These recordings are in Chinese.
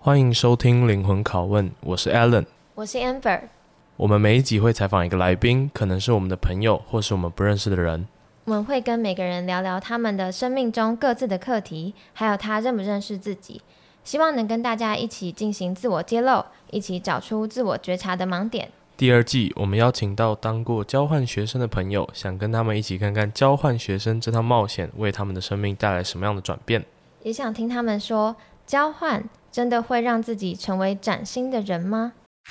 欢迎收听灵魂拷问，我是 Alan， 我是 Amber。 我们每一集会采访一个来宾，可能是我们的朋友，或是我们不认识的人。 我们会跟每个人聊聊他们的生命中各自的课题，还有他认不认识自己，希望能跟大家一起进行自我揭露，一起找出自我觉察的盲点。 第二季我们邀请到当过交换学生的朋友，想跟他们一起看看交换学生这趟冒险为他们的生命带来什么样的转变， 也想听他们说，交换真的会让自己成为崭新的人吗？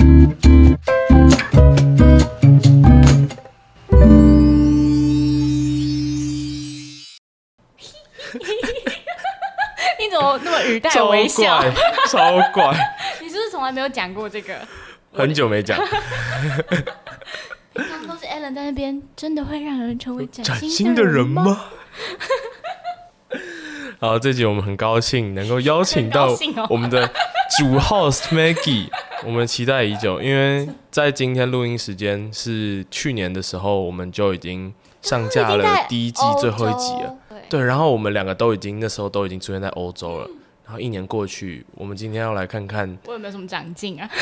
你怎么那么语带微笑？ 超怪你是不是从来没有讲过这个？ 很久没讲。 平常都是 Alan 在那边，真的会让人成为崭新的人吗？好，这集我们很高兴能够邀请到我们的主 host Maggie， 我们期待已久，因为在今天录音时间是去年的时候，我们就已经上架了第一季最后一集了。对，然后我们两个那时候都已经出现在欧洲了。然后一年过去，我们今天要来看看我有没有什么长进啊？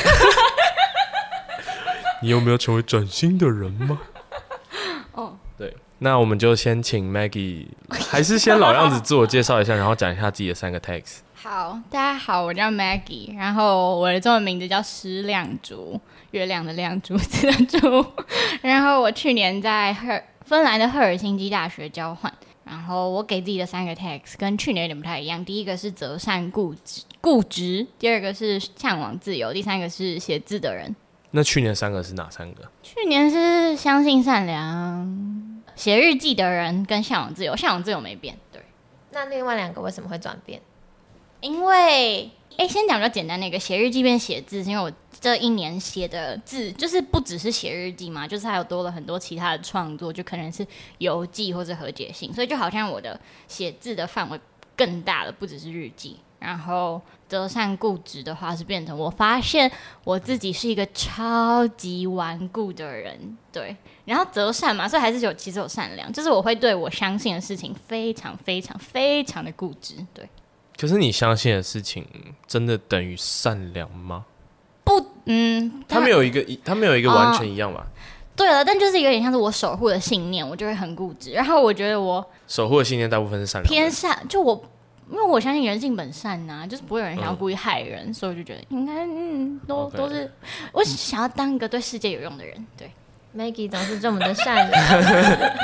你有没有成为崭新的人吗？ 哦， 对，那我们就先请 Maggie， 还是先老样子自我介绍一下，然后讲一下自己的3个 tags。 好，大家好，我叫 Maggie， 然后我的中文名字叫施亮竹，月亮的亮，竹子的竹。然后我去年在芬兰的赫尔辛基大学交换。然后我给自己的3个 tags 跟去年有点不太一样，第一个是择善固执，第二个是向往自由，第三个是写字的人。 那去年3个是哪3个？ 去年是相信善良、写日记的人跟向往自由，向往自由没变。对， 那另外2个为什么会转变？ 因为先讲比较简单的一个，写日记变写字，是因为我这一年写的字就是不只是写日记嘛，就是还有多了很多其他的创作，就可能是游记或者和解信，所以就好像我的写字的范围更大了，不只是日记。然后择善固执的话是变成我发现我自己是一个超级顽固的人，对，然后择善嘛，所以还是其实有善良，就是我会对我相信的事情非常非常非常的固执，对。 可是你相信的事情真的等于善良吗？ 不， 他们有一个完全一样吧？ 对了，但就是有点像是我守护的信念，我就会很固执。然后我觉得我守护的信念大部分是善良的， 偏善，因为我相信人性本善呐，就是不会有人想要故意害人，所以我就觉得应该都是我想要当一个对世界有用的人。对 ，Maggie 总是这么的善良。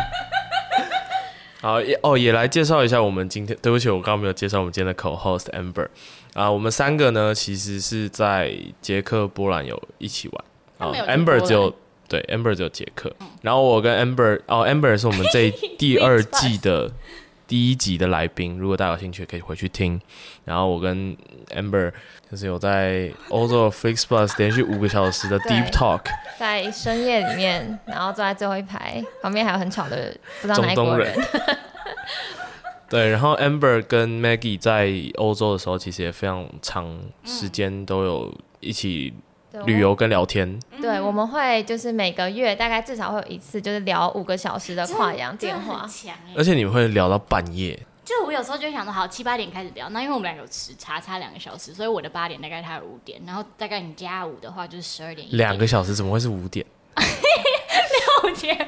好也来介绍一下我们今天，对不起，我刚刚没有介绍我们今天的 co-host Amber 我们3个呢其实是在捷克波兰有一起玩，Amber 只有捷克，然后我跟 Amber 是我们第2季的第1集的来宾，如果大家有兴趣可以回去听。然后我跟 Amber 就是有在欧洲的 FlixBus 连续5个小时的 Deep Talk， 在深夜里面，然后坐在最后一排，旁边还有很吵的不知道哪一国人。 对，然后 Amber 跟 Maggie 在欧洲的时候，其实也非常长时间都有一起旅游跟聊天。 对，我们会就是每个月大概至少会有一次，就是聊5个小时的跨洋电话， 而且你们会聊到半夜。 就我有时候就会想说，好7、8点开始聊，那因为我们2个有时差2个小时，所以我的8点大概他有5点，然后大概你加5的话就是12点。 2个小时怎么会是5点 ？6点。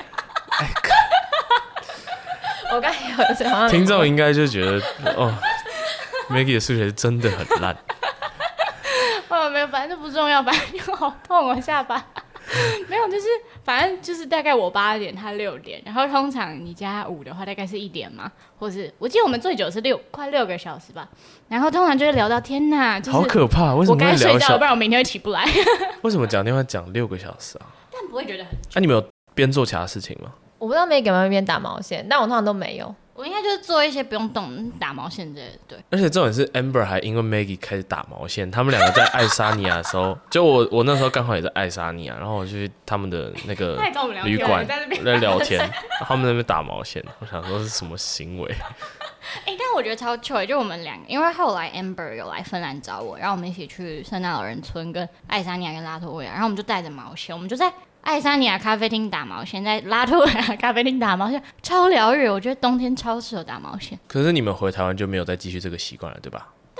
我刚才有这样， 听众应该就觉得Maggie 的数学真的很烂。 没有，反正就不重要，反正就好痛哦下巴。没有，就是反正就是大概我8点，他6点，然后通常你加5的话，大概是1点嘛，或是我记得我们最久是快6个小时吧。然后通常就会聊到天哪，就是好可怕，为什么会聊？ 我该睡觉了，不然我明天会起不来。 为什么讲电话讲6个小时啊？ 但不会觉得很你们有边做其他事情吗？ 我不知道Maggie有没有边打毛线，但我通常都没有。 我应该就是做一些不用动打毛线之类的，对。 而且重点是 Amber 还因为 Maggie 开始打毛线，他们2个在爱沙尼亚的时候，就我那时候刚好也在爱沙尼亚，然后我去他们的那个旅馆在聊天，他们在那边打毛线，我想说是什么行为？ 但我觉得超糗，就我们2个，因为后来 Amber 有来芬兰找我，然后我们一起去圣诞老人村、跟爱沙尼亚跟拉脱维亚，然后我们就带着毛线，我们就在爱沙尼亚咖啡厅打毛线，在拉脱维亚咖啡厅打毛线，超疗愈。我觉得冬天超适合打毛线。 可是你们回台湾就没有再继续这个习惯了，对吧？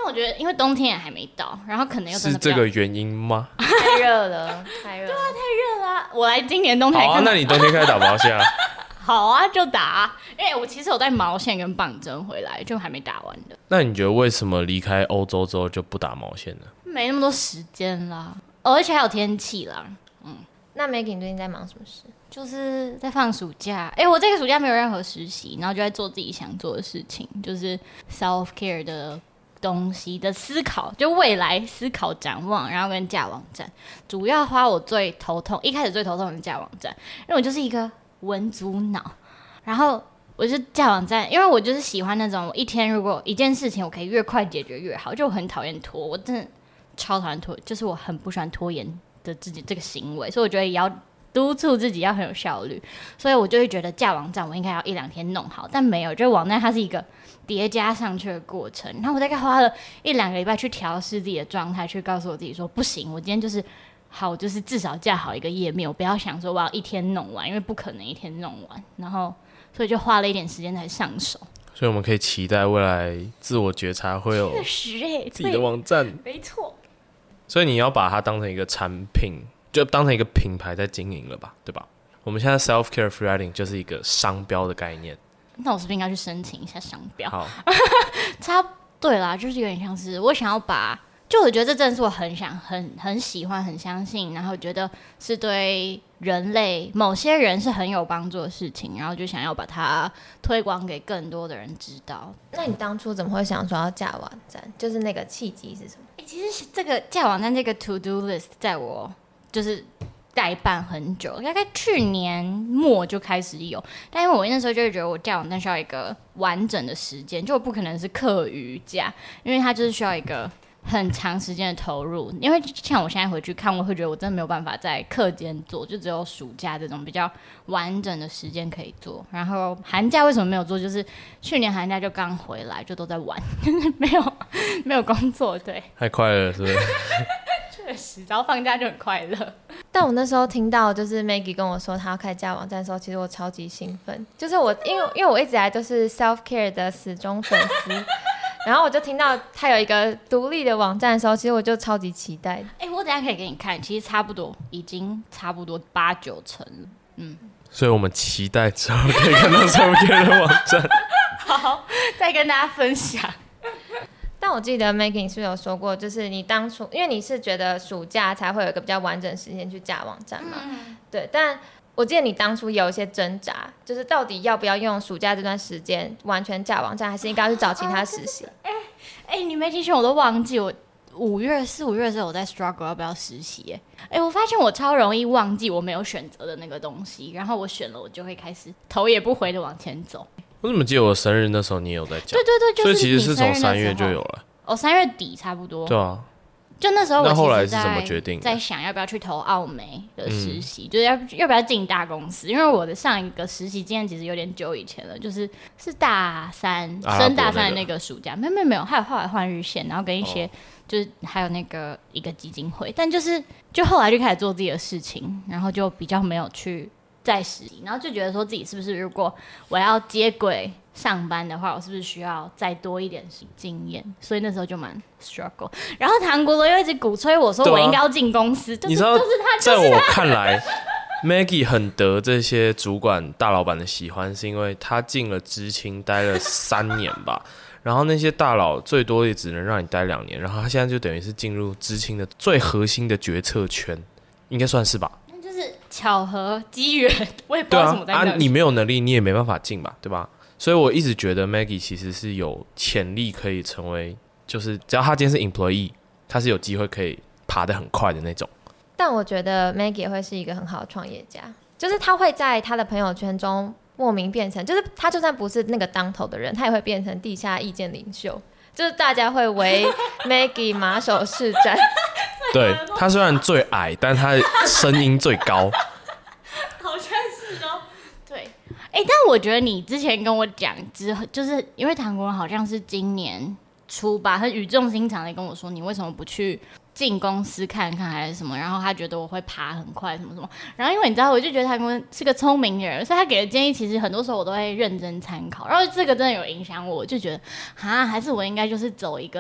但我觉得因为冬天也还没到，然后可能又真的是这个原因吗？ 太热了，太热了。对啊， 太热了。我来今年冬天好啊，那你冬天开始打毛线啊？ 好啊，就打啊。因为我其实有带毛线跟棒针回来，就还没打完的。 那你觉得为什么离开欧洲之后就不打毛线呢？ 没那么多时间啦，而且还有天气啦。 那 Maggie 最近在忙什么事？ 就是在放暑假。我这个暑假没有任何实习，然后就在做自己想做的事情，就是 self care 的东西的思考，就未来思考展望，然后跟架网站，主要花我最头痛，一开始最头痛的是架网站，因为我就是一个文组脑，然后我就架网站，因为我就是喜欢那种我一天如果一件事情我可以越快解决越好，就我很讨厌拖，我真的超讨厌拖，就是我很不喜欢拖延的自己这个行为，所以我觉得也要督促自己要很有效率，所以我就会觉得架网站我应该要1-2天弄好，但没有，就是网站它是一个叠加上去的过程，然后我大概花了1-2个礼拜去调试自己的状态，去告诉我自己说不行，我今天就是好，就是至少架好一个页面，我不要想说我要1天弄完，因为不可能1天弄完，然后所以就花了一点时间才上手。 所以我们可以期待未来自我觉察会有自己的网站， 没错。 所以你要把它当成一个产品，就当成一个品牌在经营了吧，对吧？我们现在 self care free writing 就是一个商标的概念。 那我是不是应该去申请一下商标？ 好， 对啦，就是有点像是我想要把，就我觉得这真的是我很喜欢、很相信，然后觉得是对人类某些人是很有帮助的事情，然后就想要把它推广给更多的人知道。 那你当初怎么会想说要架网站？就是那个契机是什么？ 其实这个架网站这个 to do list 在我就是代办很久，大概去年末就开始有，但因为我那时候就会觉得我架网站需要一个完整的时间，就我不可能是课余架，因为它就是需要一个很长时间的投入，因为像我现在回去看，我会觉得我真的没有办法在课间做，就只有暑假这种比较完整的时间可以做。然后寒假为什么没有做？就是去年寒假就刚回来，就都在玩，没有工作，对， 太快乐，是不是？ 确实，只要放假就很快乐。 但我那时候听到就是 Maggie 跟我说她要开架网站的时候，其实我超级兴奋，就是我因为我一直以来都是 self care 的死忠粉丝。然后我就听到他有一个独立的网站的时候，其实我就超级期待。 我等一下可以给你看，其实已经差不多8-9成了。 所以我们期待之后可以看到self care的网站。 好，再跟大家分享。 但我记得 Maggie 是不是有说过，就是你当初因为你是觉得暑假才会有一个比较完整的时间去架网站嘛？对，但我记得你当初有一些挣扎，就是到底要不要用暑假这段时间完全架网站，还是应该去找其他实习？ 你没提醒我都忘记，我4-5月的时候我在 struggle 要不要实习。我发现我超容易忘记我没有选择的那个东西，然后我选了，我就会开始头也不回的往前走。 我怎么记得我生日那时候你也有在讲？ 对，就是所以其实是从3月就有了。 3月底差不多。 对啊。 就那时候我那后来是怎么决定的？ 在想要不要去投澳美的实习，就是要不要进大公司，因为我的上一个实习经验其实有点久以前了，就是大三升大三的那个暑假，没有，还有后来换日线，然后跟一些就是还有那个一个基金会，但就后来就开始做自己的事情，然后就比较没有去再实习，然后就觉得说自己是不是如果我要接轨上班的话，我是不是需要再多一点经验？所以那时候就蛮 struggle。然后唐国罗又一直鼓吹我说我应该要进公司， 你知道，在我看来，Maggie 很得这些主管大老板的喜欢，是因为他进了知青待了3年吧。然后那些大佬最多也只能让你待2年，然后他现在就等于是进入知青的最核心的决策圈，应该算是吧？ 就是巧合机缘，我也不知道什么在那里。 你没有能力，你也没办法进吧，对吧？所以我一直觉得 Maggie 其实是有潜力可以成为，就是只要他今天是 employee， 他是有机会可以爬得很快的那种。 但我觉得 Maggie 会是一个很好的创业家，就是他会在他的朋友圈中莫名变成，就是他就算不是那个当头的人，他也会变成地下意见领袖，就是大家会为 Maggie 马首是瞻。 对，他虽然最矮，但他声音最高。 好像是哦。对，但我觉得你之前跟我讲之后，就是因为唐国人好像是今年初吧，他语重心长的跟我说，你为什么不去进公司看看还是什么？然后他觉得我会爬很快什么什么。然后因为你知道，我就觉得唐国人是个聪明人，所以他给的建议其实很多时候我都会认真参考。然后这个真的有影响我，就觉得还是我应该就是走一个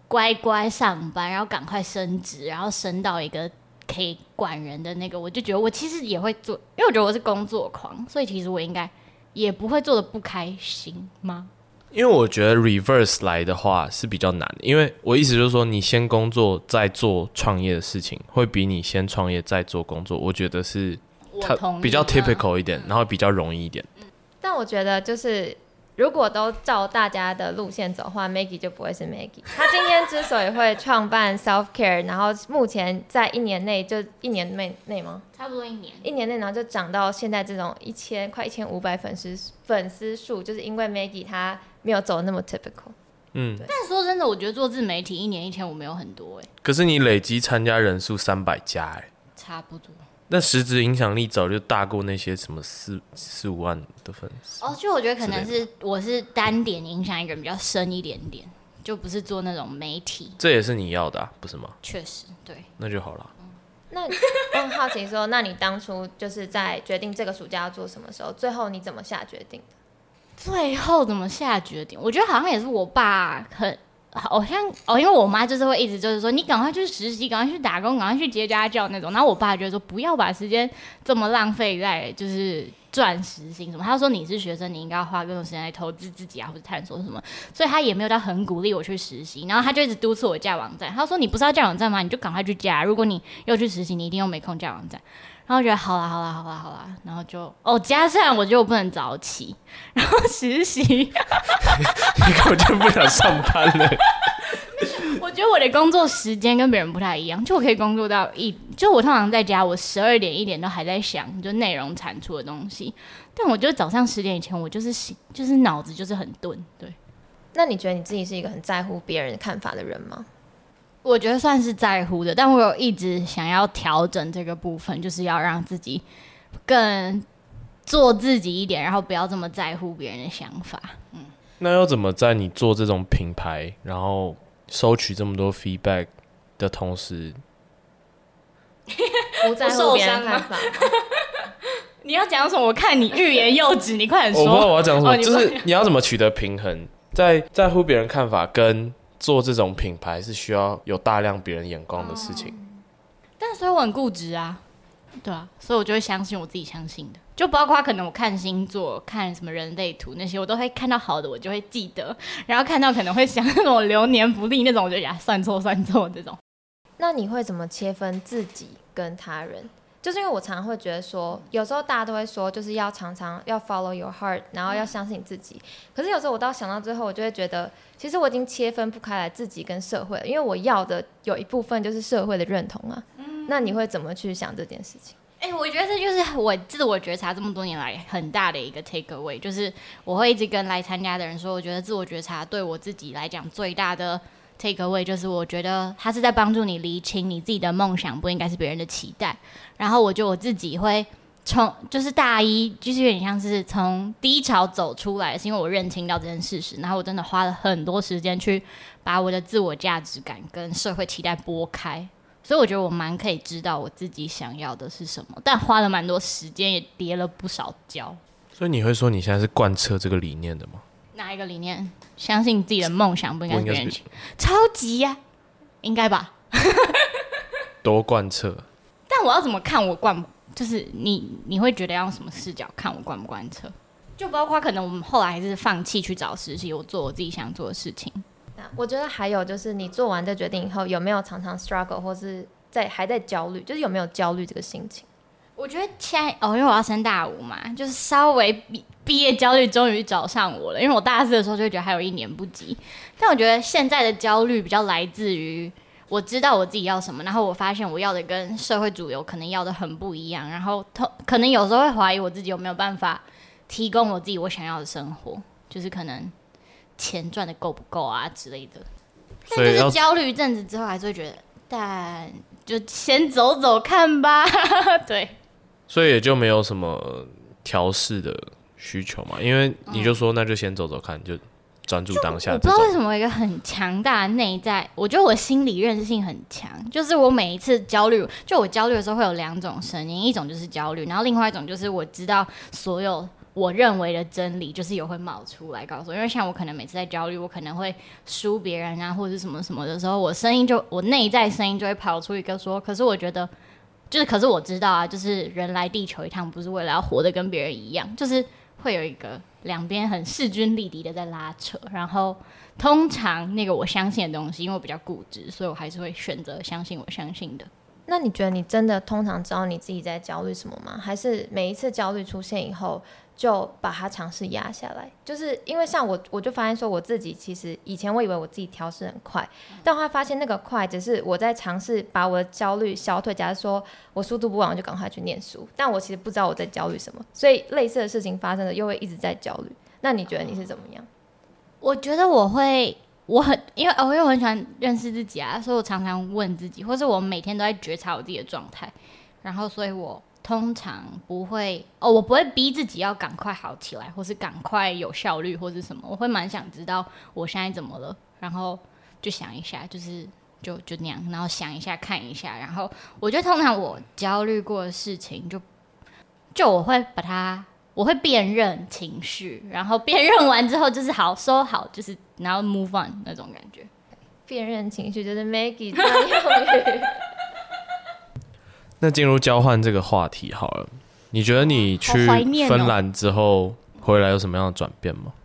乖乖上班，然后赶快升职，然后升到一个可以管人的那个，我就觉得我其实也会做，因为我觉得我是工作狂，所以其实我应该也不会做的不开心吗？ 因为我觉得 reverse 来的话是比较难的，因为我意思就是说，你先工作再做创业的事情，会比你先创业再做工作，我觉得是它比较 typical 一点，然后比较容易一点。 但我觉得就是如果都照大家的路线走的话 ，Maggie 就不会是 Maggie。她今天之所以会创办 Self Care， 然后目前在1年内，就1年内吗？ 差不多1 年内，然后就涨到现在这种快1500粉丝数，就是因为 Maggie 她没有走那么 typical。 但说真的，我觉得做自媒体1年1500没有很多可是你累积参加人数300加差不多。 那实质影响力早就大过那些什么4-5万的粉丝。 就我觉得可能是我是单点影响一个人比较深一点点，就不是做那种媒体。 这也是你要的不是吗？ 确实，对。 那就好了。 那我很好奇说，那你当初就是在决定这个暑假要做什么时候，最后你怎么下决定的？ 最后怎么下决定？我觉得好像也是我爸好像因为我妈就是会一直就是说你赶快去实习，赶快去打工，赶快去接家教那种。然后我爸觉得说不要把时间这么浪费在就是赚时薪什么。他说你是学生，你应该要花更多时间来投资自己啊，或者探索什么。所以他也没有到很鼓励我去实习。然后他就一直督促我架网站。他说你不是要架网站吗？你就赶快去架。如果你又去实习，你一定又没空架网站。然后我觉得好啦，然后就加上我觉得我不能早起，然后实习，你根本就不想上班了。 我觉得我的工作时间跟别人不太一样，就我可以工作到就我通常在家，我12点1点都还在想就内容产出的东西，但我觉得早上10点以前我就是脑子就是很钝。对， 那你觉得你自己是一个很在乎别人看法的人吗？ 我觉得算是在乎的，但我有一直想要调整这个部分，就是要让自己更做自己一点，然后不要这么在乎别人的想法。 那要怎么在你做这种品牌，然后收取这么多 feedback 的同时， 不在乎别人看法吗？ 你要讲什么？我看你欲言又止，你快点说。 我不知道我要讲什么，就是你要怎么取得平衡，在乎别人看法跟做这种品牌是需要有大量别人眼光的事情。 但所以我很固执啊，对啊，所以我就会相信我自己相信的，就包括可能我看星座、看什么人类图那些，我都会看到好的，我就会记得，然后看到可能会想那种流年不利那种，我就算错这种。 那你会怎么切分自己跟他人？就是因为我常常会觉得说，有时候大家都会说，就是要常常要 follow your heart， 然后要相信自己。可是有时候我想到最后，我就会觉得，其实我已经切分不开来自己跟社会了，因为我要的有一部分就是社会的认同啊。那你会怎么去想这件事情？ 我觉得这就是我自我觉察这么多年来很大的一个 take away， 就是我会一直跟来参加的人说，我觉得自我觉察对我自己来讲最大的 take away 就是我觉得它是在帮助你厘清你自己的梦想不应该是别人的期待。然后我觉得我自己会就是大一就是有点像是从低潮走出来，是因为我认清到这件事实，然后我真的花了很多时间去把我的自我价值感跟社会期待拨开。所以我觉得我蛮可以知道我自己想要的是什么，但花了蛮多时间，也跌了不少跤。 所以你会说你现在是贯彻这个理念的吗？ 哪一个理念？相信自己的梦想不应该是别人超级呀，应该吧？ 多贯彻。 但我要怎么看我就是你会觉得要用什么视角看我贯不贯彻？就包括可能我们后来还是放弃去找实习，我做我自己想做的事情。 我觉得还有就是你做完这决定以后，有没有常常 struggle 或是还在焦虑，就是有没有焦虑这个心情？ 我觉得现在因为我要升大5嘛，就是稍微毕业焦虑终于找上我了。因为我大4的时候就觉得还有1年不及，但我觉得现在的焦虑比较来自于我知道我自己要什么，然后我发现我要的跟社会主流可能要的很不一样，然后可能有时候会怀疑我自己有没有办法提供我自己我想要的生活，就是可能钱赚的够不够啊之类的。但就是焦虑一阵子之后，还是会觉得，但就先走走看吧。对， 所以也就没有什么调试的需求嘛，因为你就说那就先走走看，就专注当下。 我不知道为什么一个很强大的内在，我觉得我心理韧性很强，就是我每一次焦虑，就我焦虑的时候会有2种声音，一种就是焦虑，然后另外一种就是我知道所有我认为的真理就是有会冒出来告诉我，因为像我可能每次在焦虑，我可能会输别人啊，或者是什么什么的时候，我内在声音就会跑出一个说，可是我觉得就是，可是我知道啊，就是人来地球一趟不是为了要活得跟别人一样，就是会有一个两边很势均力敌的在拉扯，然后通常那个我相信的东西，因为我比较固执，所以我还是会选择相信我相信的。 那你觉得你真的通常知道你自己在焦虑什么吗？还是每一次焦虑出现以后就把它尝试压下来？就是因为像我就发现说我自己其实以前我以为我自己调试很快，但我发现那个快只是我在尝试把我的焦虑消退。假如说我书读不完，我就赶快去念书，但我其实不知道我在焦虑什么，所以类似的事情发生了又会一直在焦虑。那你觉得你是怎么样？ 我觉得因为我很喜欢认识自己啊，所以我常常问自己，或是我每天都在觉察我自己的状态，然后所以我通常不会我不会逼自己要赶快好起来，或是赶快有效率或是什么，我会蛮想知道我现在怎么了，然后就想一下，就那样，然后想一下看一下，然后我觉得通常我焦虑过的事情就我会辨认情绪，然后辨认完之后就是好收好，就是然后 move on 那种感觉。 辨认情绪就是 Maggie 专用语。 那进入交换这个话题好了，你觉得你去芬兰之后回来有什么样的转变吗？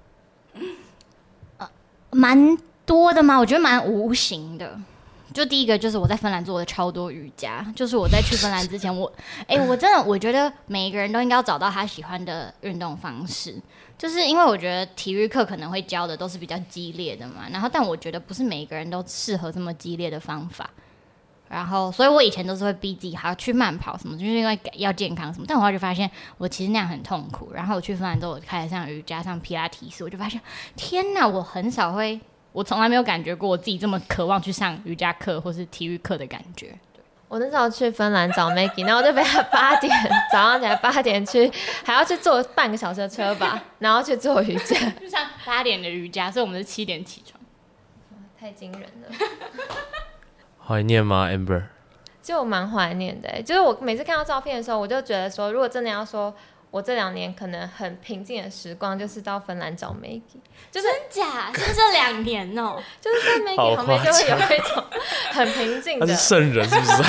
蛮多的吗？我觉得蛮无形的。就第一个就是我在芬兰做的超多瑜伽，就是我在去芬兰之前，我觉得每一个人都应该要找到他喜欢的运动方式，就是因为我觉得体育课可能会教的都是比较激烈的嘛，然后但我觉得不是每一个人都适合这么激烈的方法，然后所以我以前都是会逼自己还要去慢跑什么，就是因为要健康什么，但我后来就发现我其实那样很痛苦，然后我去芬兰之后我开始上瑜伽上皮拉提斯，我就发现天哪，我从来没有感觉过我自己这么渴望去上瑜伽课或是体育课的感觉。 我那时候去芬兰找 Maggie， 然后我就被他早上起来8点去，还要去坐半个小时的车吧，然后去做瑜伽， 就上8点的瑜伽，所以我们是7点起床， 太惊人了。 怀念吗 ，Amber？ 就我蛮怀念的，就是我每次看到照片的时候，我就觉得说，如果真的要说我这2年可能很平静的时光，就是到芬兰找 Maggie， 就是真假？是这2年哦、 就是在 Maggie 旁边就会有一种很平静的。 他是圣人是不是？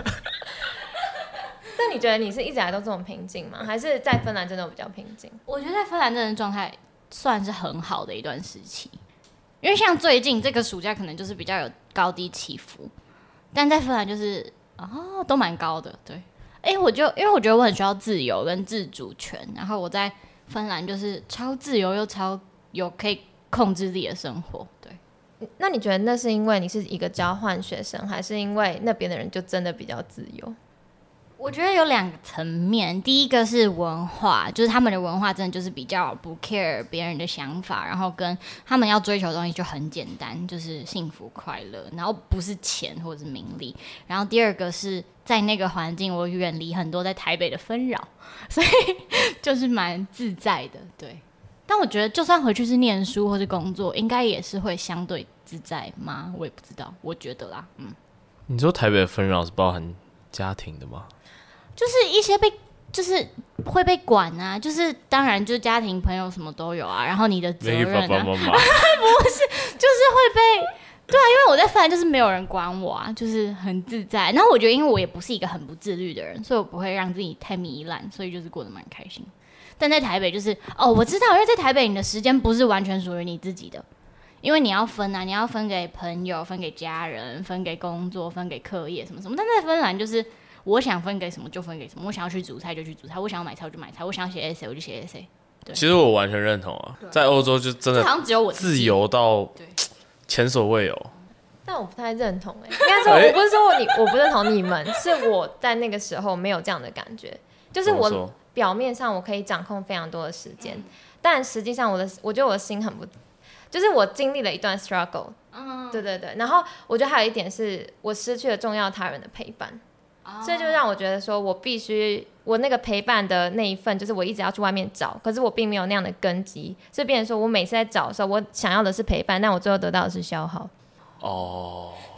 但你觉得你是一直以来都这种平静吗？还是在芬兰真的比较平静？ 我觉得在芬兰真的状态算是很好的一段时期，因为像最近这个暑假可能就是比较有高低起伏，但在芬兰就是都蛮高的，对。因为我觉得我很需要自由跟自主权，然后我在芬兰就是超自由又超有可以控制自己的生活。对， 那你觉得那是因为你是一个交换学生，还是因为那边的人就真的比较自由？ 我觉得有2个层面，第一个是文化，就是他们的文化真的就是比较不 care 别人的想法，然后跟他们要追求的东西就很简单，就是幸福快乐，然后不是钱或者是名利。然后第二个是在那个环境，我远离很多在台北的纷扰，所以就是蛮自在的。对，但我觉得就算回去是念书或是工作，应该也是会相对自在吗？我也不知道，我觉得啦， 你说台北的纷扰是包含家庭的吗？ 就是一些就是会被管啊，就是当然就是家庭朋友什么都有啊，然后你的责任啊， 爸爸妈妈不是，就是会被对啊，因为我在芬兰就是没有人管我啊，就是很自在。然后我觉得因为我也不是一个很不自律的人，所以我不会让自己太糜烂，所以就是过得蛮开心。但在台北就是我知道，因为在台北你的时间不是完全属于你自己的，因为你要分啊，你要分给朋友，分给家人，分给工作，分给课业什么什么。但在芬兰就是我想分给什么就分给什么，我想要去煮菜就去煮菜，我想要买菜我就买菜，我想要写 essay 我就写 essay。对， 其实我完全认同啊，在欧洲就真的好像只有我自由到前所未有。 但我不太认同应该说我不是说我不认同你们，是我在那个时候没有这样的感觉，就是我表面上我可以掌控非常多的时间，但实际上我觉得我的心很不，就是我经历了一段 struggle，对对对，然后我觉得还有一点是我失去了重要他人的陪伴。所以就让我觉得说我必须我那个陪伴的那一份就是我一直要去外面找，可是我并没有那样的根基，所以变成说我每次在找的时候我想要的是陪伴，但我最后得到的是消耗。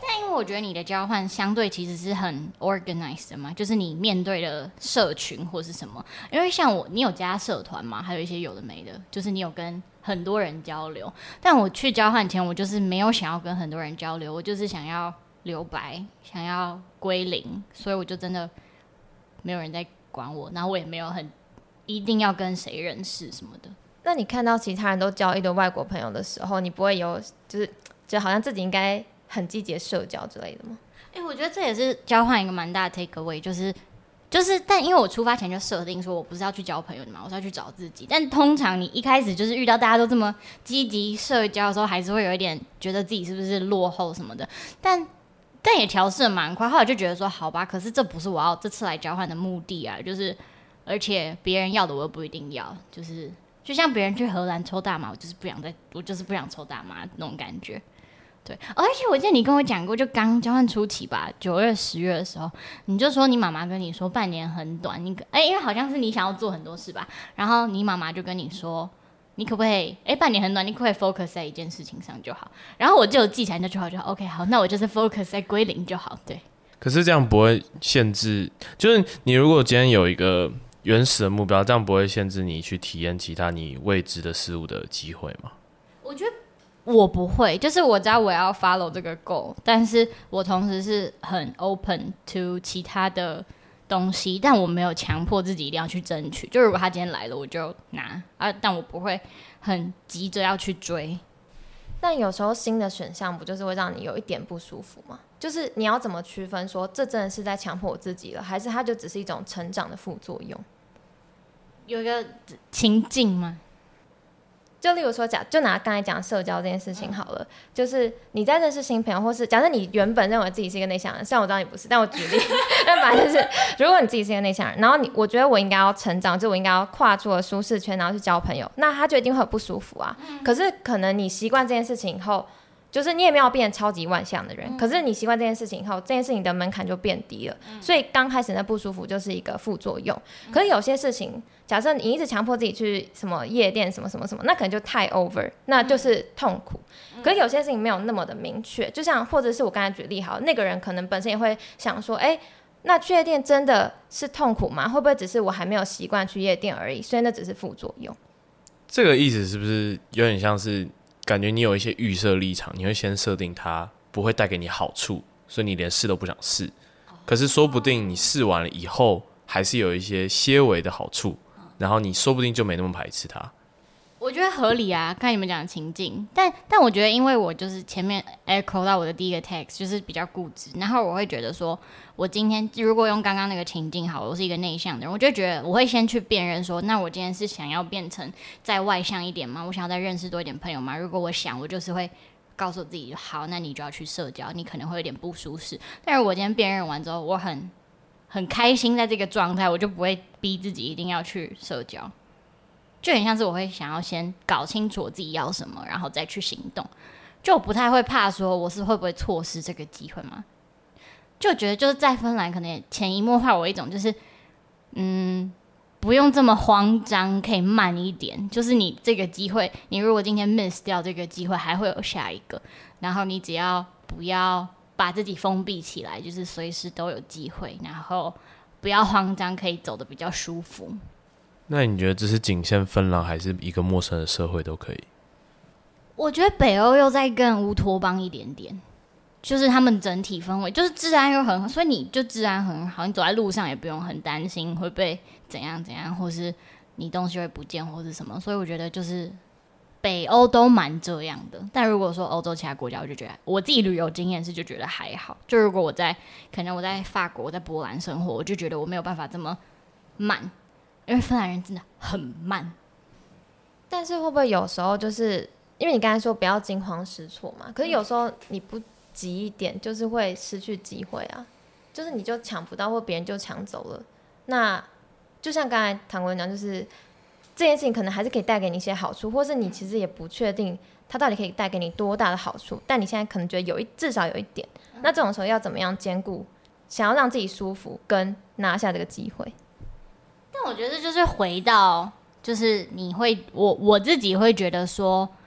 但因为我觉得你的交换相对其实是很 organized 的嘛，就是你面对的社群或是什么。因为像我，你有加社团嘛，还有一些有的没的，就是你有跟很多人交流。但我去交换前，我就是没有想要跟很多人交流，我就是想要留白，想要归零，所以我就真的没有人在管我，然后我也没有很一定要跟谁认识什么的。 那你看到其他人都交一堆外国朋友的时候，你不会有就是觉得好像自己应该很积极社交之类的吗？ 我觉得这也是交换一个蛮大的 take away，但因为我出发前就设定说我不是要去交朋友的嘛，我是要去找自己。但通常你一开始就是遇到大家都这么积极社交的时候，还是会有一点觉得自己是不是落后什么的。但也调试的蛮快，后来就觉得说好吧，可是这不是我要这次来交换的目的啊，就是而且别人要的我又不一定要，就像别人去荷兰抽大麻，我就是不想抽大麻那种感觉。对，而且我记得你跟我讲过，就刚交换初期吧，9月、10月的时候，你就说你妈妈跟你说半年很短，因为好像是你想要做很多事吧，然后你妈妈就跟你说，你可不可以半年很短，你可不可以 focus 在一件事情上就好？然后我就有记起来那句话，就好 OK 好，那我就是 focus 在归零就好。对， 可是这样不会限制，就是你如果今天有一个原始的目标，这样不会限制你去体验其他你未知的事物的机会吗？ 我觉得我不会，就是我知道我要 follow 这个 goal， 但是我同时是很 open to 其他的东西，但我没有强迫自己一定要去争取。就如果他今天来了，我就拿啊，但我不会很急着要去追。 但有时候新的选项不就是会让你有一点不舒服吗？就是你要怎么区分说这真的是在强迫我自己了，还是它就只是一种成长的副作用？ 有一个情境吗？ 就例如说就拿刚才讲社交这件事情好了，就是你在认识新朋友，或是假设你原本认为自己是一个内向人，虽然我知道你不是，但我举例，但反正就是如果你自己是一个内向人，然后我觉得我应该要成长，就我应该要跨出了舒适圈，然后去交朋友，那他就一定会有不舒服啊。可是可能你习惯这件事情以后，就是你也没有变超级外向的人，可是你习惯这件事情以后，这件事情的门槛就变低了，所以刚开始那不舒服就是一个副作用。可是有些事情，假设你一直强迫自己去什么夜店什么什么什么，那可能就太 over， 那就是痛苦。可是有些事情没有那么的明确，就像或者是我刚才举例好，那个人可能本身也会想说，那去夜店真的是痛苦吗？会不会只是我还没有习惯去夜店而已？所以那只是副作用。 这个意思是不是有点像是感觉你有一些预设立场，你会先设定它不会带给你好处，所以你连试都不想试。可是说不定你试完了以后，还是有一些些微的好处，然后你说不定就没那么排斥它。 我觉得合理啊，看你们讲的情境，但我觉得，因为我就是前面 echo 到我的第一个 text， 就是比较固执，然后我会觉得说，我今天如果用刚刚那个情境好了，我是一个内向的人，我就觉得我会先去辨认说，那我今天是想要变成再外向一点吗？我想要再认识多一点朋友吗？如果我想，我就是会告诉自己，好，那你就要去社交，你可能会有点不舒适。但是我今天辨认完之后，我很开心在这个状态，我就不会逼自己一定要去社交。就很像是我会想要先搞清楚我自己要什么，然后再去行动。就我不太会怕说我是会不会错失这个机会嘛？就觉得就是在芬兰可能也潜移默化我一种就是不用这么慌张，可以慢一点。就是你这个机会，你如果今天 miss 掉这个机会，还会有下一个。然后你只要不要把自己封闭起来，就是随时都有机会，然后不要慌张，可以走得比较舒服。 那你觉得这是仅限芬兰，还是一个陌生的社会都可以？ 我觉得北欧又再更乌托邦一点点，就是他们整体氛围就是治安又很好，所以你就治安很好，你走在路上也不用很担心会被怎样怎样，或是你东西会不见或是什么。所以我觉得就是北欧都蛮这样的。但如果说欧洲其他国家，我就觉得我自己旅游经验是就觉得还好。就如果可能我在法国、在波兰生活，我就觉得我没有办法这么慢。因为芬兰人真的很慢， 但是会不会有时候就是因为你刚才说不要惊慌失措嘛？可是有时候你不急一点，就是会失去机会啊，就是你就抢不到，或别人就抢走了。那就像刚才唐国讲，就是这件事情可能还是可以带给你一些好处，或是你其实也不确定它到底可以带给你多大的好处，但你现在可能觉得至少有一点。那这种时候要怎么样兼顾想要让自己舒服跟拿下这个机会？ 但我觉得就是回到，就是你会我自己会觉得说，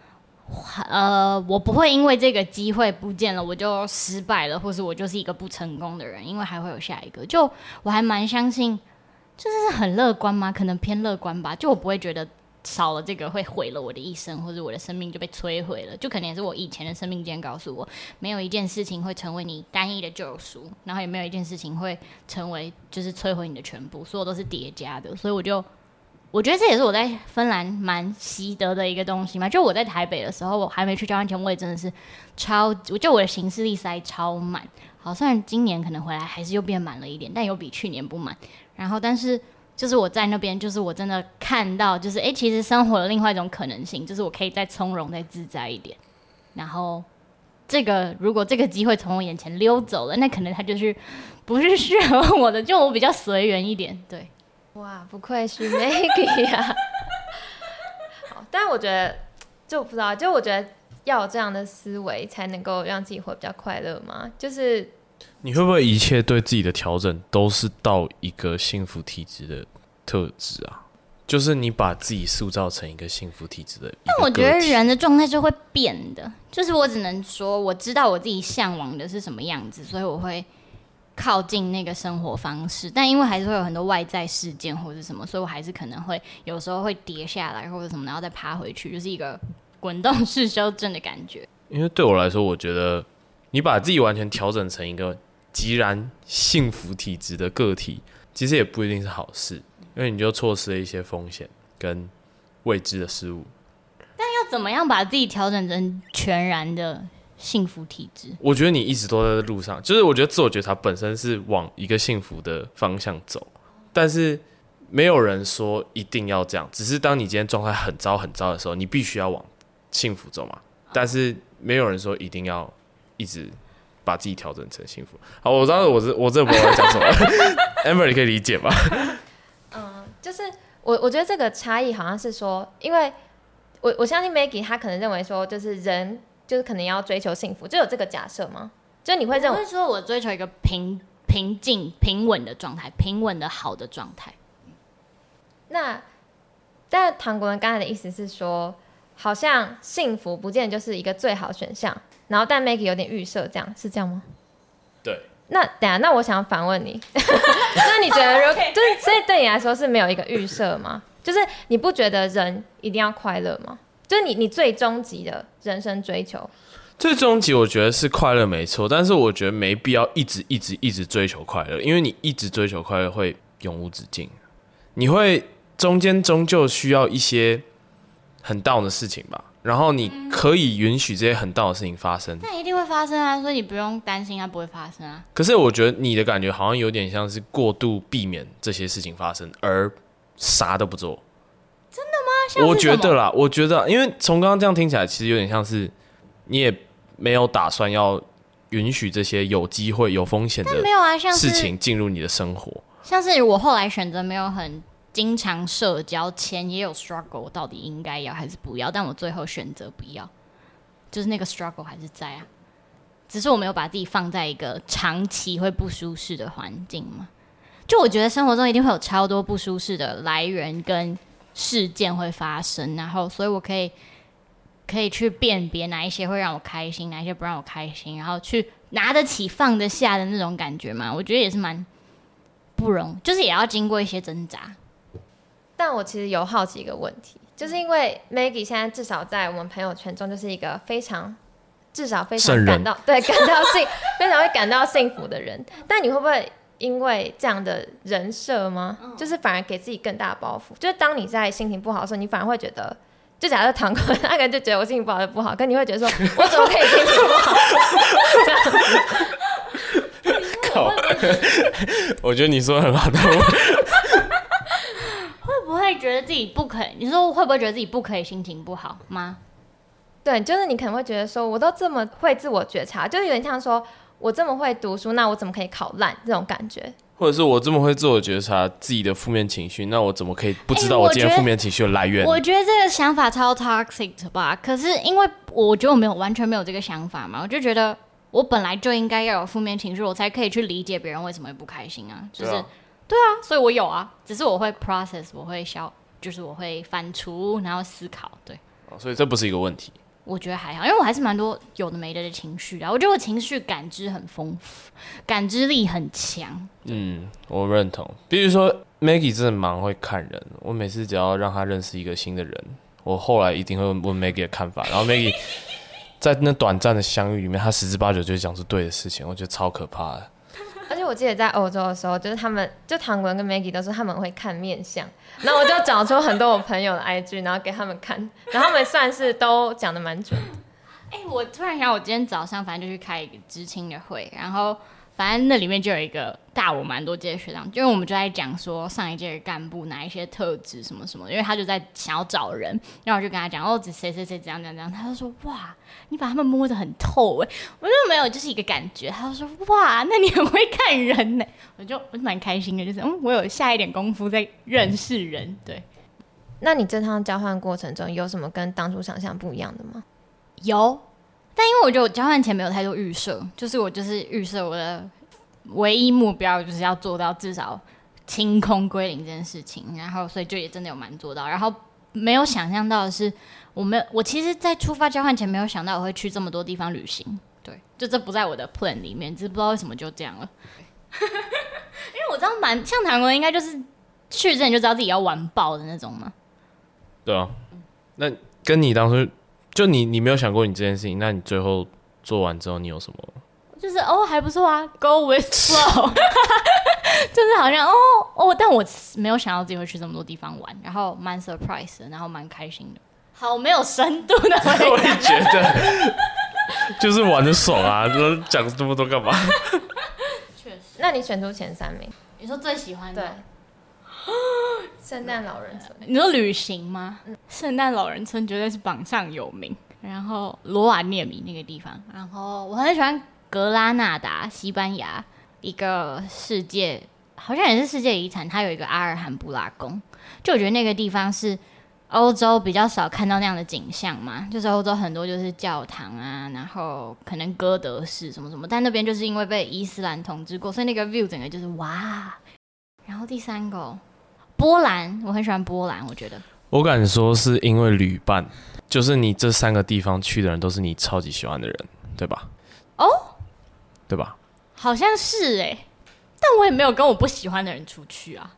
我不会因为这个机会不见了我就失败了，或是我就是一个不成功的人，因为还会有下一个。就我还蛮相信，就是很乐观吗？可能偏乐观吧。就我不会觉得少了这个会毁了我的一生，或者我的生命就被摧毁了。就可能也是我以前的生命经验告诉我，没有一件事情会成为你单一的救赎，然后也没有一件事情会成为就是摧毁你的全部，所有都是叠加的。所以我觉得这也是我在芬兰蛮习得的一个东西嘛。就我在台北的时候，我还没去交换前，我也真的是就我的行事历塞超满。好，虽然今年可能回来还是又变满了一点，但有比去年不满。然后，但是就是我在那边，就是我真的看到，就是其实生活的另外一种可能性，就是我可以再从容、再自在一点。然后，如果这个机会从我眼前溜走了，那可能它就是不是适合我的，就我比较随缘一点，对。 哇，不愧是 Maggie 啊！好，但我觉得就不知道，就我觉得要有这样的思维，才能够让自己活得比较快乐嘛。就是你会不会一切对自己的调整都是到一个幸福体质的特质啊？就是你把自己塑造成一个幸福体质的一个个体。 但我觉得人的状态是会变的，就是我只能说，我知道我自己向往的是什么样子，所以我会靠近那个生活方式，但因为还是会有很多外在事件或者什么，所以我还是可能会有时候会跌下来或者什么，然后再爬回去，就是一个滚动式修正的感觉。 因为对我来说，我觉得你把自己完全调整成一个极然幸福体质的个体，其实也不一定是好事，因为你就错失了一些风险跟未知的事物。 但要怎么样把自己调整成全然的幸福体质？ 我觉得你一直都在路上，就是我觉得自我觉察本身是往一个幸福的方向走，但是没有人说一定要这样，只是当你今天状态很糟很糟的时候，你必须要往幸福走嘛。但是没有人说一定要一直把自己调整成幸福。好，我知道我这不知道在讲什么，Amber 你可以理解吧？ 就是我觉得这个差异好像是说，因为我相信 Maggie 她可能认为说，就是人就是可能要追求幸福，就有这个假设吗？就你会认为？ 我会说我追求一个平静、平稳的状态，平稳的好的状态。 那但唐国人刚才的意思是说，好像幸福不见得就是一个最好选项，然后但 Maggie 有点预设，这样是这样吗？ 对。 那等一下，那我想反问你，那你觉得就是所以对你来说是没有一个预设吗？就是你不觉得人一定要快乐吗？就是你最终极的人生追求， 最终极我觉得是快乐没错，但是我觉得没必要一直追求快乐，因为你一直追求快乐会永无止境，你会中间终究需要一些很down的事情吧，然后你可以允许这些很down的事情发生， 那一定会发生啊，所以你不用担心它不会发生啊。 可是我觉得你的感觉好像有点像是过度避免这些事情发生，而啥都不做。 真的吗？ 我觉得啦，我觉得，因为从刚刚这样听起来，其实有点像是你也没有打算要允许这些有机会、有风险的事情进入你的生活。 像是我后来选择没有很经常社交，前也有 struggle， 我到底应该要还是不要？但我最后选择不要，就是那个 struggle 还是在啊，只是我没有把自己放在一个长期会不舒适的环境嘛。就我觉得生活中一定会有超多不舒适的来源跟事件会发生，然后所以我可以去辨别哪一些会让我开心，哪一些不让我开心，然后去拿得起放得下的那种感觉嘛。我觉得也是蛮不容易，就是也要经过一些挣扎。 但我其实有好奇一个问题，就是因为 Maggie 现在至少在我们朋友圈中就是一个至少非常非常会感到幸福的人，但你会不会因为这样的人设吗？就是反而给自己更大的包袱，就是当你在心情不好的时候，你反而会觉得，就假设唐哥那个人就觉得我心情不好就不好，可你会觉得说我怎么可以心情不好这样子靠我觉得你说的很好，但我会不会觉得自己不可以？你说会不会觉得自己不可以心情不好吗？ 对，就是你可能会觉得说，我都这么会自我觉察，就是有点像说我这么会读书，那我怎么可以考烂这种感觉？ 或者是我这么会自我觉察自己的负面情绪，那我怎么可以不知道我今天负面情绪的来源？ 我觉得这个想法超 toxic 的吧。可是因为我觉得我完全没有这个想法嘛，我就觉得我本来就应该要有负面情绪，我才可以去理解别人为什么会不开心啊。就是对啊，所以我有啊，只是我会 process， 就是我会反刍，然后思考。对， 所以这不是一个问题。 我觉得还好，因为我还是蛮多有的没的情绪的。我觉得我情绪感知很丰富，感知力很强。 我认同。比如说 Maggie 真的蛮会看人，我每次只要让她认识一个新的人，我后来一定会问 Maggie 的看法，然后 Maggie 在那短暂的相遇里面，她十之八九就会讲出对的事情，我觉得超可怕的。 而且我记得在欧洲的时候，就是他们就唐国人跟 Maggie 都说他们会看面相，然后我就找出很多我朋友的 IG， 然后给他们看，然后他们算是都讲得蛮准的。 我突然想，我今天早上反正就去开一个知青的会，然后反正那里面就有一个大我蛮多届的学长，因为我们就在讲说上一届的干部哪一些特质什么什么，因为他就在想要找人，然后我就跟他讲谁谁谁怎样怎样怎样，他就说哇，你把他们摸得很透我就没有，就是一个感觉，他就说哇，那你很会看人呢，我就蛮开心的，就是我有下一点功夫在认识人，对。 那你这趟交换过程中有什么跟当初想象不一样的吗？ 有，但因为我觉得我交换前没有太多预设，就是我就是预设我的唯一目标就是要做到至少清空归零这件事情，然后所以就也真的有蛮做到，然后没有想象到的是我其实在出发交换前没有想到我会去这么多地方旅行，对，就这不在我的 plan 里面，只是不知道为什么就这样了。因为我知道像韩国人应该就是去之前就知道自己要玩爆的那种嘛。 对啊，那跟你当初就你没有想过你这件事情，那你最后做完之后你有什么？ 就是还不错啊 ，Go with flow， 就是好像但我没有想到自己会去这么多地方玩，然后蛮 surprise 的，然后蛮开心的。好没有深度的回答， 我也觉得，就是玩的爽啊，讲这么多干嘛？ 确实。 那你选出前3名？ 你说最喜欢的？ 对。圣诞老人村， 你说旅行吗？圣诞老人村绝对是榜上有名。然后罗瓦涅米那个地方，然后我很喜欢格拉纳达，西班牙一个好像也是世界遗产，它有一个阿尔罕布拉宫，就我觉得那个地方是欧洲比较少看到那样的景象嘛，就是欧洲很多就是教堂啊，然后可能哥德式什么什么，但那边就是因为被伊斯兰统治过，所以那个 view 整个就是哇。然后第3个波兰，我很喜欢波兰，我觉得我敢说是因为旅伴，就是你这3个地方去的人都是你超级喜欢的人，对吧？对吧？ 好像是但我也没有跟我不喜欢的人出去啊。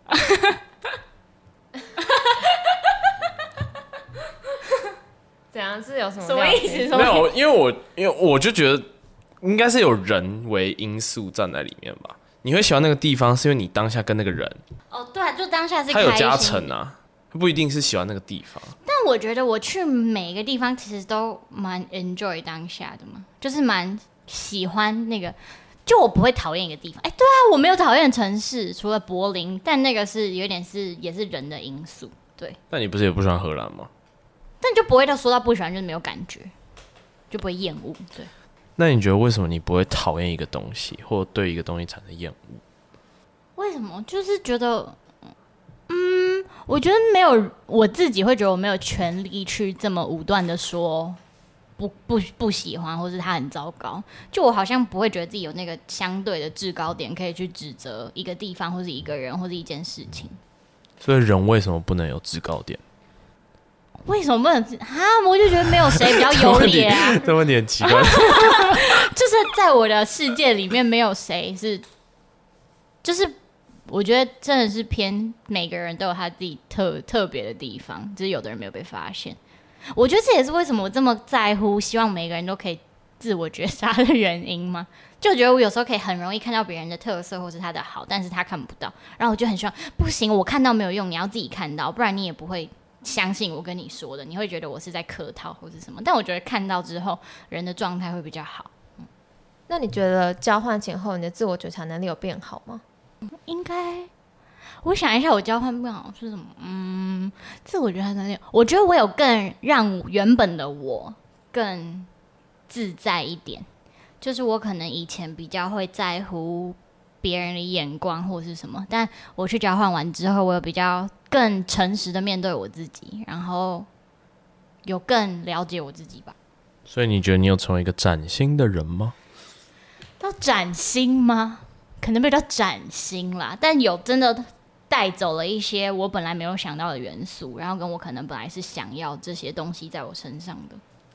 怎样是有什么意思？ 没有，因为我就觉得应该是有人为因素站在里面吧。你会喜欢那个地方，是因为你当下跟那个人对啊，就当下是他有加成啊，不一定是喜欢那个地方。 但我觉得我去每个地方其实都蛮 enjoy 当下的嘛，就是蛮喜欢那个，就我不会讨厌一个地方。对啊，我没有讨厌城市，除了柏林，但那个是有点也是人的因素。对。 但你不是也不喜欢荷兰吗？ 但就不会说到不喜欢，就是没有感觉，就不会厌恶。对。 那你觉得为什么你不会讨厌一个东西，或对一个东西产生厌恶？ 为什么？就是觉得，我觉得没有，我自己会觉得我没有权利去这么武断的说不喜欢，或是他很糟糕。就我好像不会觉得自己有那个相对的制高点，可以去指责一个地方，或是一个人，或是一件事情。 所以人为什么不能有制高点？ 为什么不能我就觉得没有谁比较优劣啊。 这问题很奇怪。 就是在我的世界里面，没有谁是，就是我觉得真的是偏每个人都有他自己特别的地方，只是有的人没有被发现。我觉得这也是为什么我这么在乎，希望每个人都可以自我觉察的原因嘛。就觉得我有时候可以很容易看到别人的特色或是他的好，但是他看不到，然后我就很希望不行，我看到没有用，你要自己看到，不然你也不会相信我跟你说的，你会觉得我是在客套或是什么。但我觉得看到之后，人的状态会比较好。 那你觉得交换前后你的自我觉察能力有变好吗？ 应该，我想一下，我交换变好是什么？自我觉察能力，我觉得我有更让原本的我更自在一点。就是我可能以前比较会在乎别人的眼光或是什么，但我去交换完之后，我有比较更诚实的面对我自己，然后有更了解我自己吧。 所以你觉得你有成为一个崭新的人吗？ 到崭新吗？可能比较崭新啦，但有真的带走了一些我本来没有想到的元素，然后跟我可能本来是想要这些东西在我身上的。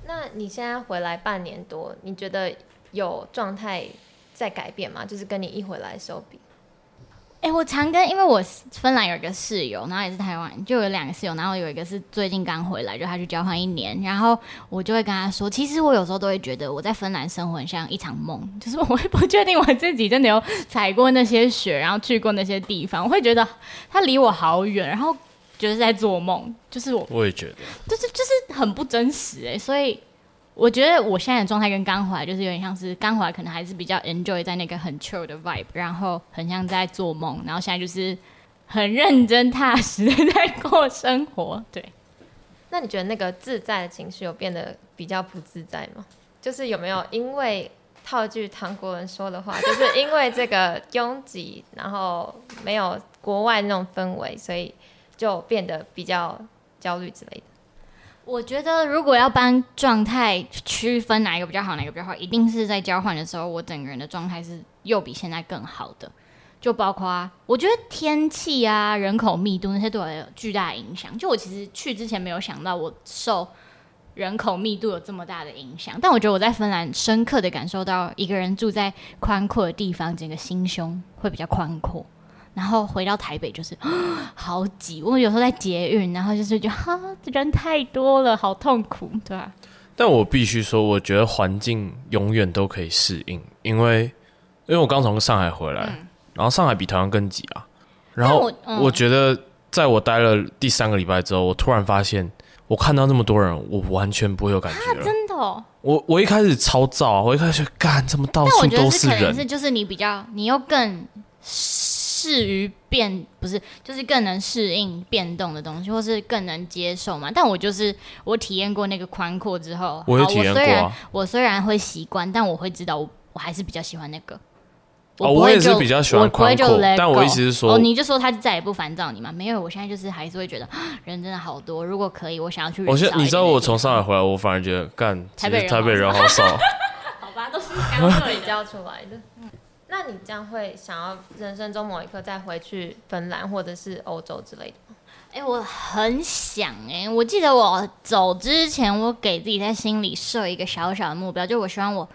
那你现在回来半年多，你觉得有状态在改变吗？就是跟你一回来的时候比？ 我常跟，因为我芬兰有一个室友，然后也是台湾，就有2个室友，然后有一个是最近刚回来，就他去交换1年，然后我就会跟他说，其实我有时候都会觉得我在芬兰生活很像一场梦，就是我会不确定我自己真的有踩过那些雪，然后去过那些地方，我会觉得他离我好远，然后觉得是在做梦，就是我也觉得， 就是很不真实所以。我觉得我现在的状态跟刚回来就是有点像是刚回来可能还是比较 enjoy 在那个很 chill 的 vibe， 然后很像在做梦，然后现在就是很认真踏实的在过生活。对， 那你觉得那个自在的情绪有变得比较不自在吗？就是有没有因为套句唐国人说的话，就是因为这个拥挤，然后没有国外那种氛围，所以就变得比较焦虑之类的？ 我觉得如果要帮状态区分哪一个比较好，哪一个比较好，一定是在交换的时候，我整个人的状态是又比现在更好的。就包括我觉得天气啊、人口密度那些对我有巨大的影响。就我其实去之前没有想到我受人口密度有这么大的影响，但我觉得我在芬兰深刻的感受到，一个人住在宽阔的地方，整个心胸会比较宽阔。然后回到台北就是好挤，我有时候在捷运，然后就是觉得人太多了，好痛苦，对啊。 但我必须说，我觉得环境永远都可以适应，因为我刚从上海回来，然后上海比台湾更挤啊。然后我觉得，在我待了第3个礼拜之后，我突然发现，我看到那么多人，我完全不会有感觉了。 真的哦。 我一开始超燥，我一开始干怎么到处都是人？但我觉得是可能是就是你又更适于变，不是就是更能适应变动的东西，或是更能接受嘛。但我体验过那个宽阔之后， 我有体验过我虽然会习惯，但我会知道我还是比较喜欢那个。 我也是比较喜欢宽阔，但我意思是说， 你就说他再也不烦躁你吗？没有，我现在就是还是会觉得人真的好多。如果可以，我想要去人少一点。 你知道我从上海回来，我反而觉得台北人好少。 好吧，都是刚比较出来的。那你将会想要人生中某一刻再回去芬兰或者是欧洲之类的吗？ 我很想我记得我走之前，我给自己在心里设一个小小的目标，就我希望我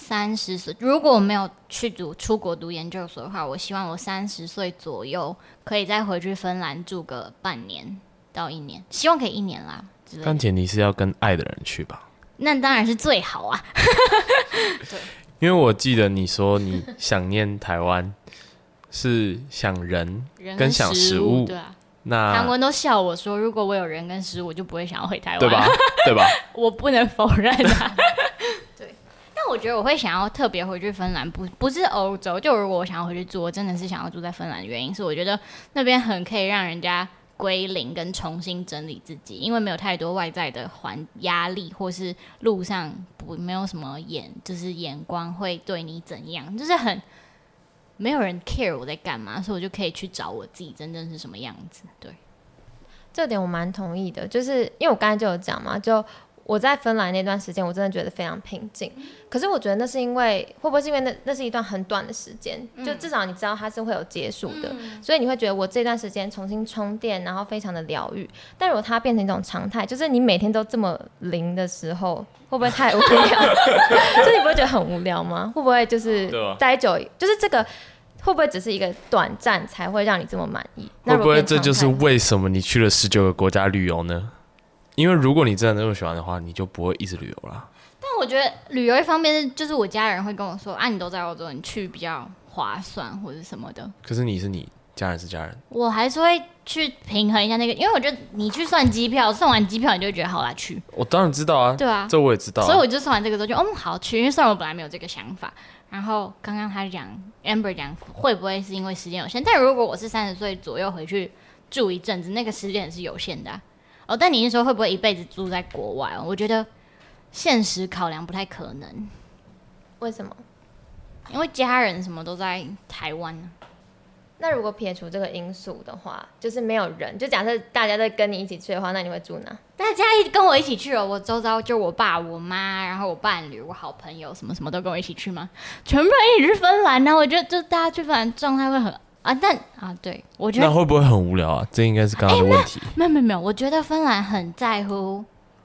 30岁，如果我没有去出国读研究所的话，我希望我30岁左右可以再回去芬兰住个半年到1年，希望可以1年啦。 但前提是要跟爱的人去吧？ 那当然是最好啊。 对。 因为我记得你说你想念台湾是想人跟想食物， 对啊。 那韩文都笑我说，如果我有人跟食物，我就不会想要回台湾， 对吧？对吧？ 我不能否认啊。对，但我觉得我会想要特别回去芬兰，不是欧洲。就如果我想要回去住，我真的是想要住在芬兰的原因是，我觉得那边很可以让人家归零跟重新整理自己，因为没有太多外在的压力，或是路上没有什么就是眼光会对你怎样，就是很没有人 care 我在干嘛，所以我就可以去找我自己真正是什么样子。对， 这点我蛮同意的，就是因为我刚才就有讲嘛，就我在芬兰那段时间，我真的觉得非常平静。可是我觉得那是因为，会不会是因为那是一段很短的时间，就至少你知道它是会有结束的，所以你会觉得我这段时间重新充电，然后非常的疗愈。但如果它变成一种常态，就是你每天都这么零的时候，会不会太无聊？就你不会觉得很无聊吗？会不会就是待久，就是这个会不会只是一个短暂才会让你这么满意？ 会不会这就是为什么你去了19个国家旅游呢？因为如果你真的那么喜欢的话，你就不会一直旅游啦。 但我觉得旅游一方面就是我家人会跟我说啊，你都在欧洲，你去比较划算或者什么的。 可是你是你，家人是家人， 我还是会去平衡一下那个，因为我觉得你去算机票，算完机票你就会觉得好啦去。 我当然知道啊， 对啊， 这我也知道所以我就算完这个之后就好去，因为虽然我本来没有这个想法。然后刚刚他讲 Amber 讲会不会是因为时间有限？但如果我是30岁左右回去住一阵子，那个时间也是有限的但你是说会不会一辈子住在国外？我觉得现实考量不太可能。 为什么？ 因为家人什么都在台湾。 那如果撇除这个因素的话，就是没有人，就假设大家在跟你一起去的话，那你会住哪？ 大家跟我一起去我周遭就我爸、我妈，然后我伴侣、我好朋友，什么什么都跟我一起去吗？全部人一起去芬兰呢？我觉得就大家去芬兰状态会很对，我觉得那会不会很无聊啊？这应该是刚刚的问题。 没有，我觉得芬兰很在乎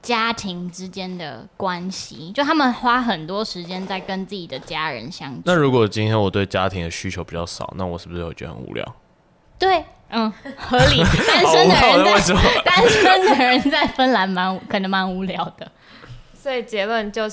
家庭之间的关系，就他们花很多时间在跟自己的家人相处。 那如果今天我对家庭的需求比较少，那我是不是会觉得很无聊？ 对，合理。单身的人在芬兰可能蛮无聊的。 所以结论就是，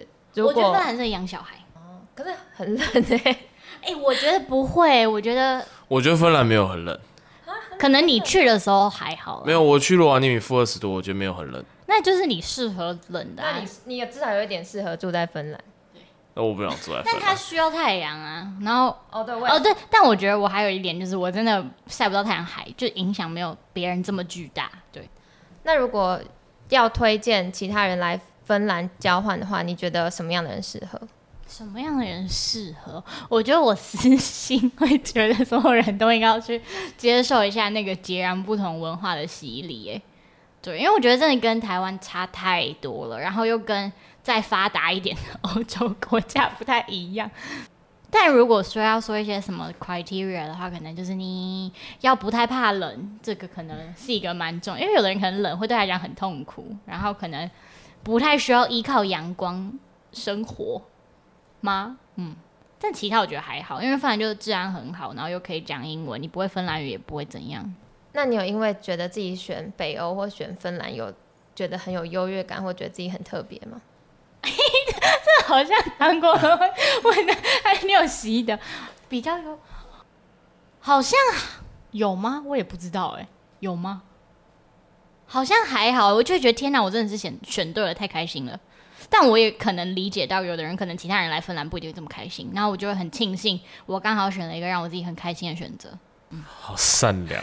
我觉得芬兰适合养小孩。 可是很冷我觉得不会，我觉得芬兰没有很冷， 可能你去的时候还好。 没有，我去罗瓦涅米-20度，我觉得没有很冷。 那就是你适合冷的那你至少有一点适合住在芬兰。 那我不想住在芬兰。 但它需要太阳啊，然后对， 但我觉得我还有一点就是我真的晒不到太阳，就影响没有别人这么巨大。对。 那如果要推荐其他人来芬兰交换的话，你觉得什么样的人适合？ 什么样的人适合？我觉得我私心会觉得所有人都应该要去接受一下那个截然不同文化的洗礼。对，因为我觉得真的跟台湾差太多了，然后又跟再发达一点的欧洲国家不太一样。但如果说要说一些什么 criteria 的话，可能就是你要不太怕冷，这个可能是一个蛮重要，因为有的人可能冷会对他来讲很痛苦，然后可能不太需要依靠阳光生活吗？但其他我觉得还好，因为芬兰就是治安很好，然后又可以讲英文，你不会芬兰语也不会怎样。 那你有因为觉得自己选北欧或选芬兰有觉得很有优越感，或觉得自己很特别吗？ 这好像韩国人会问的，你有习的比较有，好像有吗？我也不知道有吗？好像还好，我就觉得天哪，我真的是选对了，太开心了。但我也可能理解到，有的人可能其他人来芬兰不一定这么开心，然后我就会很庆幸，我刚好选了一个让我自己很开心的选择。 好善良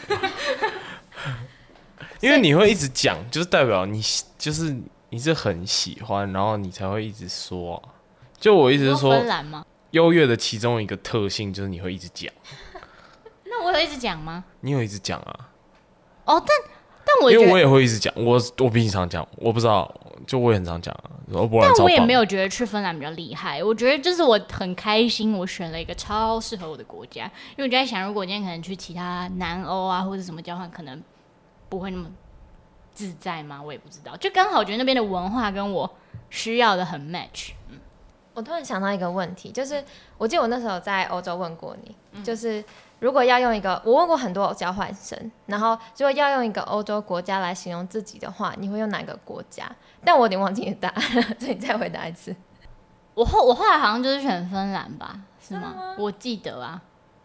因为你会一直讲，就是代表你是很喜欢，然后你才会一直说就我一直说， 芬兰吗？ 优越的其中一个特性就是你会一直讲。 那我有一直讲吗？ 你有一直讲啊。 但我觉得， 因为我也会一直讲，我比你常讲，我不知道，就我也很常讲啊。 但我也没有觉得去芬兰比较厉害，我觉得就是我很开心，我选了一个超适合我的国家。因为我就在想，如果我今天可能去其他南欧啊或者什么交换，可能不会那么自在吗？我也不知道。就刚好我觉得那边的文化跟我需要的很 match。 我突然想到一个问题，就是我记得我那时候在欧洲问过你，就是如果要用一个，我问过很多交换生，然后如果要用一个欧洲国家来形容自己的话，你会用哪个国家？但我有点忘记你的答案，所以你再回答一次。 我后来好像就是选芬兰吧，是吗？我记得啊。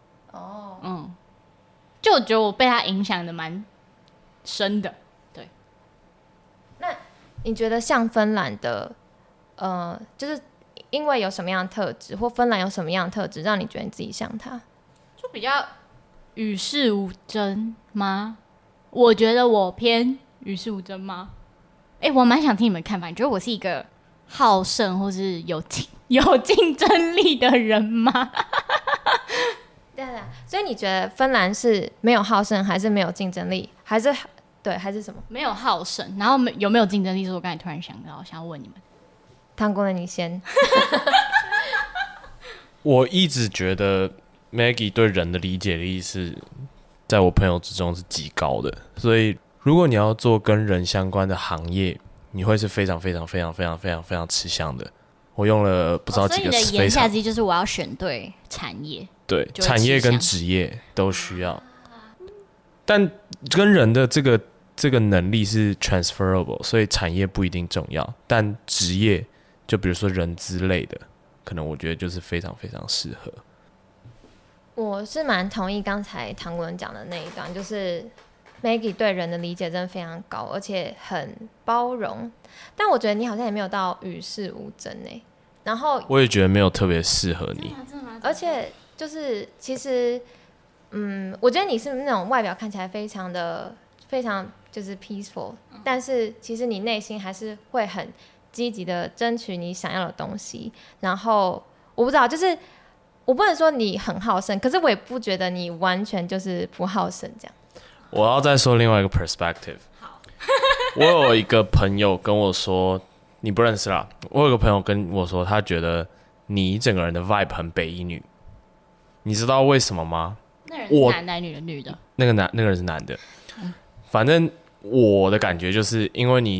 就我觉得我被他影响的蛮深的。对。 那你觉得像芬兰的，就是因为有什么样的特质，或芬兰有什么样的特质，让你觉得你自己像他？ 就比较与世无争吗？我觉得我偏与世无争吗？我蛮想听你们看法。你觉得我是一个好胜或是有竞争力的人吗？ 对，所以你觉得芬兰是没有好胜，还是没有竞争力，还是什么？ 没有好胜，然后有没有竞争力？是我刚才突然想到，我想要问你们。 汤姑娘，你先。 我一直觉得 Maggie 对人的理解力是在我朋友之中是极高的，所以如果你要做跟人相关的行业，你会是非常非常非常非常非常非常吃香的。我用了不知道几个， 所以你的言下之意就是我要选对产业， 对，产业跟职业都需要，但跟人的这个能力是 transferable， 所以产业不一定重要，但职业就比如说人资类的，可能我觉得就是非常非常适合。 我是蛮同意刚才唐国人讲的那一段，就是 Maggie 对人的理解真的非常高，而且很包容。但我觉得你好像也没有到与世无争然后我也觉得没有特别适合你， 而且就是其实，我觉得你是那种外表看起来非常就是 peaceful，但是其实你内心还是会很积极的争取你想要的东西。然后我不知道，就是我不能说你很好胜，可是我也不觉得你完全就是不好胜这样。 我要再说另外一个 perspective。好，我有一个朋友跟我说，你不认识啦。我有个朋友跟我说，他觉得你整个人的 vibe 很北一女。你知道为什么吗？ 那人是男的女的？女的。那个人是男的。反正我的感觉就是因为你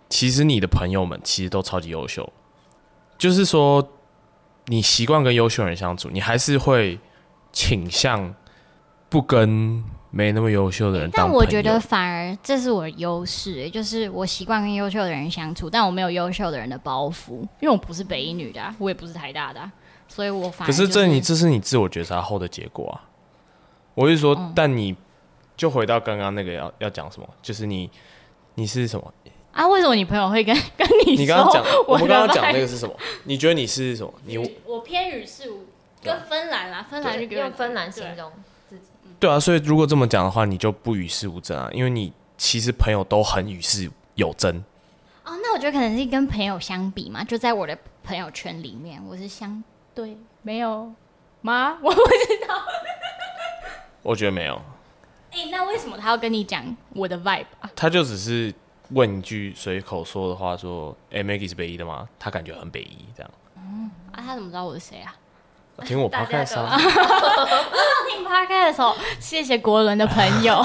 其实你的朋友们其实都超级优秀，就是说你习惯跟优秀人相处，你还是会倾向不跟没那么优秀的人当朋友。 但我觉得反而这是我的优势，就是我习惯跟优秀的人相处，但我没有优秀的人的包袱，因为我不是北一女的、我也不是台大的、所以我反而、就是。 可是这是你自我觉察后的结果啊。我是说，但你就回到刚刚那个要讲什么，就是你是什么啊？为什么你朋友会跟你说？ 你刚刚讲，我们刚刚讲那个是什么？你觉得你是什么？ 我偏与世无，跟芬兰啦，芬兰就用芬兰形容自己。 对啊，所以如果这么讲的话，你就不与世无争啊，因为你其实朋友都很与世有争。 哦，那我觉得可能是跟朋友相比嘛，就在我的朋友圈里面，我是相对没有吗？我不知道。 我觉得没有。 那为什么他要跟你讲我的 vibe 啊？ 他就只是问一句随口说的话，说：“Maggie 是北一的吗？”他感觉很北一这样。 他怎么知道我是谁啊？ 听我 podcast 啊。 听 podcast 的时候，谢谢国伦的朋友。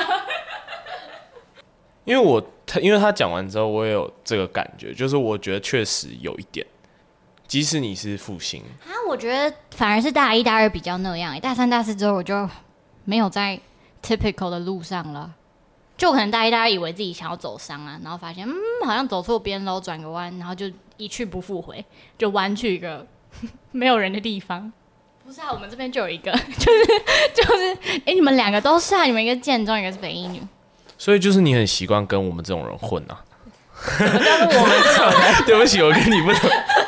因为他讲完之后，我也有这个感觉，就是我觉得确实有一点，即使你是复兴我觉得反而是大一、大二比较那样，大三、大四之后我就没有在 typical 的路上了。就可能大一、大二以为自己想要走商啊，然后发现好像走错边喽，转个弯，然后就一去不复回，就弯去一个没有人的地方。不是啊，我们这边就有一个，就是你们两个都是啊，你们一个建中，一个是北一女。 所以就是你很习惯跟我们这种人混啊。 什么叫做我们这种人？ 对不起，我跟你不同。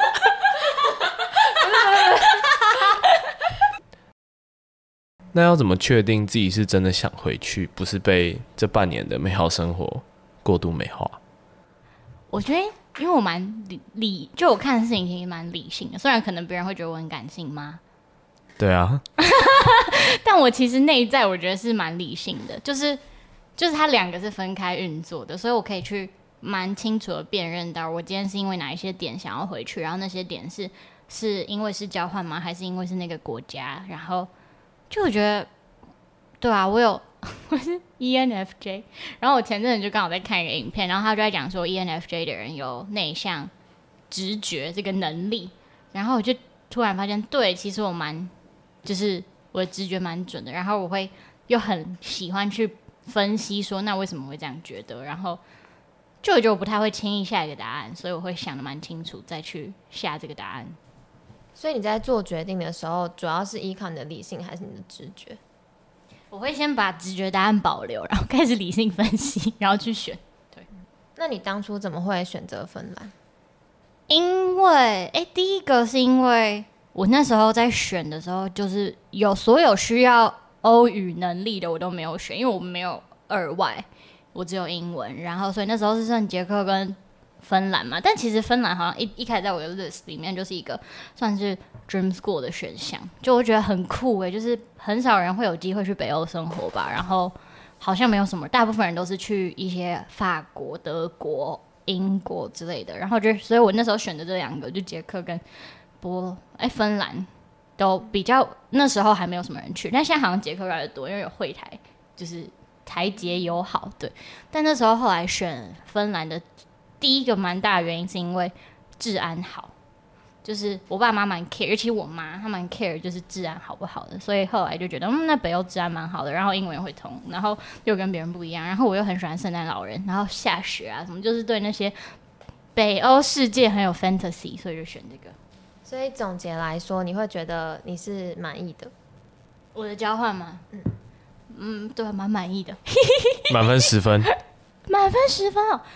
那要怎么确定自己是真的想回去，不是被这半年的美好生活过度美化？ 我觉得，因为我蛮就我看事情其实蛮理性的，虽然可能别人会觉得我很感性吗？ 对啊。 但我其实内在我觉得是蛮理性的，就是它两个是分开运作的，所以我可以去蛮清楚的辨认到我今天是因为哪一些点想要回去，然后那些点是因为是交换吗？还是因为是那个国家？然后就我觉得，对啊，我是 ENFJ， 然后我前阵子就刚好在看一个影片，然后他就在讲说 ENFJ 的人有内向直觉这个能力，然后我就突然发现，对，其实就是我的直觉蛮准的，然后我会又很喜欢去分析说那为什么会这样觉得，然后就我觉得我不太会轻易下一个答案，所以我会想得蛮清楚再去下这个答案。 所以你在做决定的时候，主要是依靠你的理性还是你的直觉？ 我会先把直觉答案保留，然后开始理性分析，然后去选。对， 那你当初怎么会选择芬兰？ 因为第一个是因为我那时候在选的时候，就是所有需要欧语能力的我都没有选，因为我没有2外，我只有英文，然后所以那时候是剩捷克跟芬兰嘛，但其实芬兰好像一开始在我的 list 里面就是一个算是 dream school 的选项，就我觉得很酷就是很少人会有机会去北欧生活吧，然后好像没有什么，大部分人都是去一些法国、德国、英国之类的，然后所以我那时候选的这两个就捷克跟芬兰都比较那时候还没有什么人去，但现在好像捷克越来越多，因为有会台，就是台捷友好，对。但那时候后来选芬兰的第一个蛮大的原因是因为治安好，就是我爸妈蛮 care， 尤其我妈她蛮 care 就是治安好不好的，所以后来就觉得那北欧治安蛮好的，然后英文也会通，然后又跟别人不一样，然后我又很喜欢圣诞老人，然后下雪啊什么，就是对那些北欧世界很有 fantasy， 所以就选这个。 所以总结来说，你会觉得你是满意的？ 我的交换吗？对，蛮满意的。 满分10分。 满分10分哦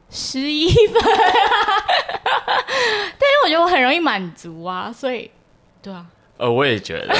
，11分。但是我觉得我很容易满足啊，所以对啊。 我也觉得。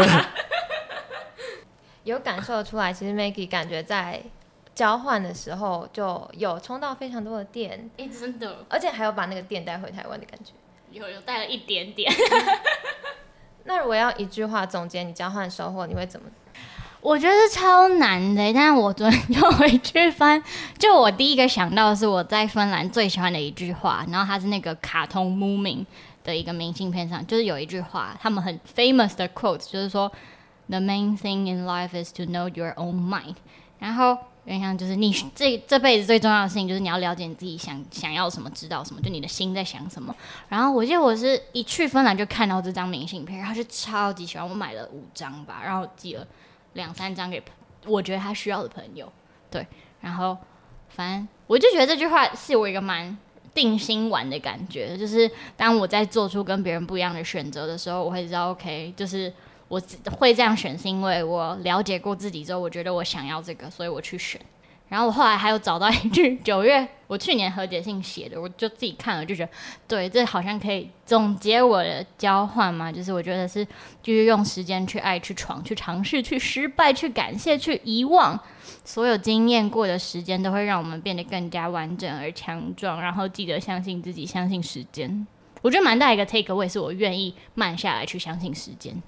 有感受出来，其实 Maggie 感觉在交换的时候就有充到非常多的电， 真的， 而且还有把那个电带回台湾的感觉。 有带了一点点。 那如果要一句话总结你交换收获，你会怎么？ 我觉得是超难的，但是我昨天就回去翻，就我第一个想到的是我在芬兰最喜欢的一句话，然后它是那个卡通 Moomin 的一个明信片上，就是有一句话，他们很 famous 的 quote， 就是说 The main thing in life is to know your own mind。然后点像就是你这辈子最重要的事情就是你要了解你自己想要什么，知道什么，就你的心在想什么。然后我记得我是一去芬兰就看到这张明信片，然后就超级喜欢，我买了5张吧，然后寄了2-3张给我觉得他需要的朋友。对，然后反正我就觉得这句话是我一个蛮定心丸的感觉，就是当我在做出跟别人不一样的选择的时候，我会知道 OK， 就是我会这样选是因为我了解过自己之后，我觉得我想要这个，所以我去选。然后我后来还有找到一句9月我去年和解信写的，我就自己看了就觉得对，这好像可以总结我的交换嘛，就是我觉得是就是用时间去爱，去闯，去尝试，去失败，去感谢，去遗忘，所有经验过的时间都会让我们变得更加完整而强壮，然后记得相信自己，相信时间。我觉得蛮大一个 take away 是我愿意慢下来去相信时间。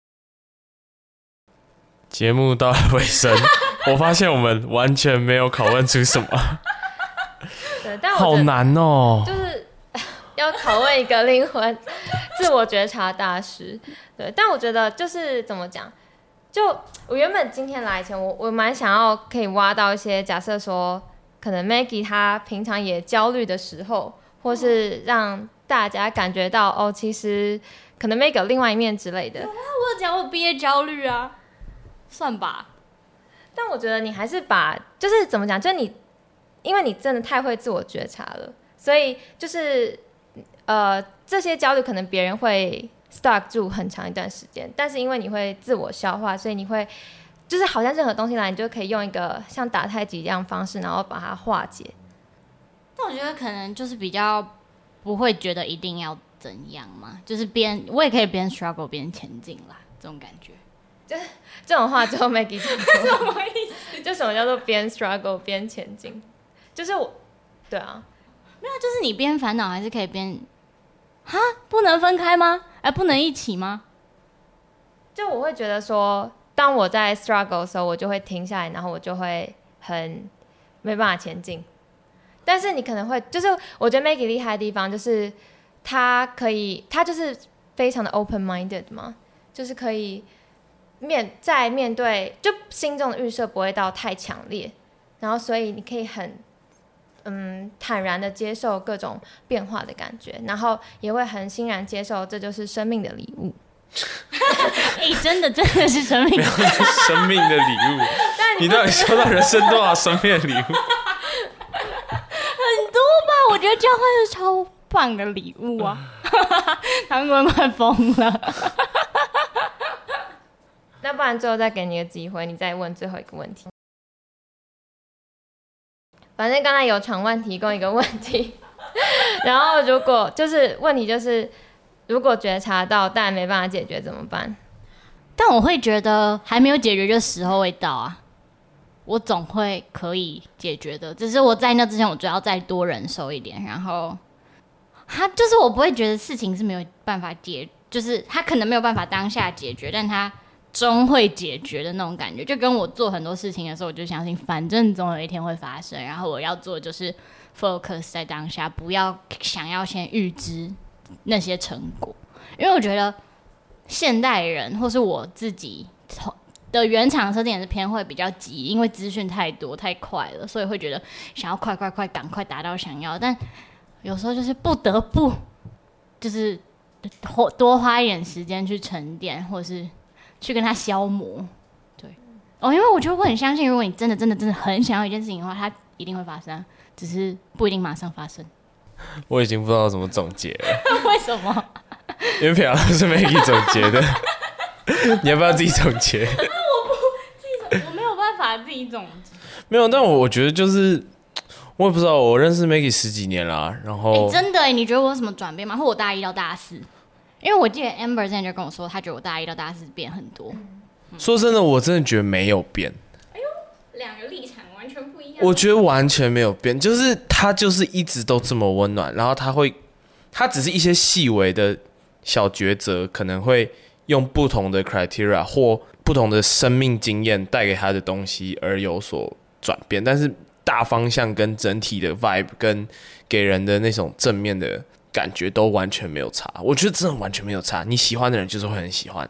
节目到了尾声，我发现我们完全没有拷问出什么。 对，但我好难哦， 就是要拷问一个灵魂自我觉察大师。对，但我觉得就是怎么讲，就我原本今天来前，我蛮想要可以挖到一些，假设说可能 Maggie 她平常也焦虑的时候，或是让大家感觉到哦，其实可能 Maggie 有另外一面之类的。 有啊，我有讲我毕业焦虑啊。算吧， 但我觉得你还是就是怎么讲，就是因为你真的太会自我觉察了，所以就是这些焦虑可能别人会 stuck 住很长一段时间，但是因为你会自我消化，所以你会就是好像任何东西来，你就可以用一个像打太极一样的方式，然后把它化解。 但我觉得可能就是比较不会觉得一定要怎样嘛，就是我也可以边 struggle 边前进啦，这种感觉。 就是这种话，最后 Maggie 讲过什么意思？就什么叫做边 struggle 边前进？就是对啊， 没有，就是你边烦恼还是可以边，不能分开吗？不能一起吗？ 就我会觉得说，当我在 struggle 的时候，我就会停下来，然后我就会很没办法前进。但是你可能会，就是我觉得 Maggie 厉害的地方，就是他就是非常的 open minded 嘛，就是可以。在面对，就心中的预设不会到太强烈，然后所以你可以很坦然的接受各种变化的感觉，然后也会很欣然接受这就是生命的礼物。 真的是生命生命的礼物。你到底收到人生多少生命的礼物？很多吧，我觉得交换是超棒的礼物啊！他们快疯了。 那不然最后再给你一个机会，你再问最后一个问题。反正刚才有场万提供一个问题，然后如果就是问题就是，如果觉察到但没办法解决怎么办？ 但我会觉得还没有解决就时候未到啊，我总会可以解决的，只是我在那之前我就要再多忍受一点，然后就是我不会觉得事情是没有办法就是他可能没有办法当下解决，但他终会解决的那种感觉，就跟我做很多事情的时候，我就相信反正总有一天会发生，然后我要做的就是 focus 在当下，不要想要先预知那些成果，因为我觉得现代人或是我自己的原厂设定也是偏会比较急，因为资讯太多太快了，所以会觉得想要快赶快达到想要，但有时候就是不得不就是多花一点时间去沉淀，或者是去跟他消磨。对因为我觉得我很相信，如果你真的很想要一件事情的话，它一定会发生，只是不一定马上发生。 我已经不知道怎么总结了。 为什么？ 因为平常都是 Maggie 总结的。你要不要自己总结？ 我没有办法自己总结。 没有，但我觉得就是我也不知道，我认识 Maggie 10几年啦，然后真的你觉得我有什么转变吗？或我大1到大4？因为我记得 Amber 之前就跟我说，他觉得我大1到大4变很多。 说真的，我真的觉得没有变。 哎呦，两个立场完全不一样。 我觉得完全没有变，就是他就是一直都这么温暖，然后他只是一些细微的小抉择，可能会用不同的 criteria 或不同的生命经验带给他的东西而有所转变，但是大方向跟整体的 vibe 跟给人的那种正面的感觉都完全没有差。我觉得真的完全没有差，你喜欢的人就是会很喜欢。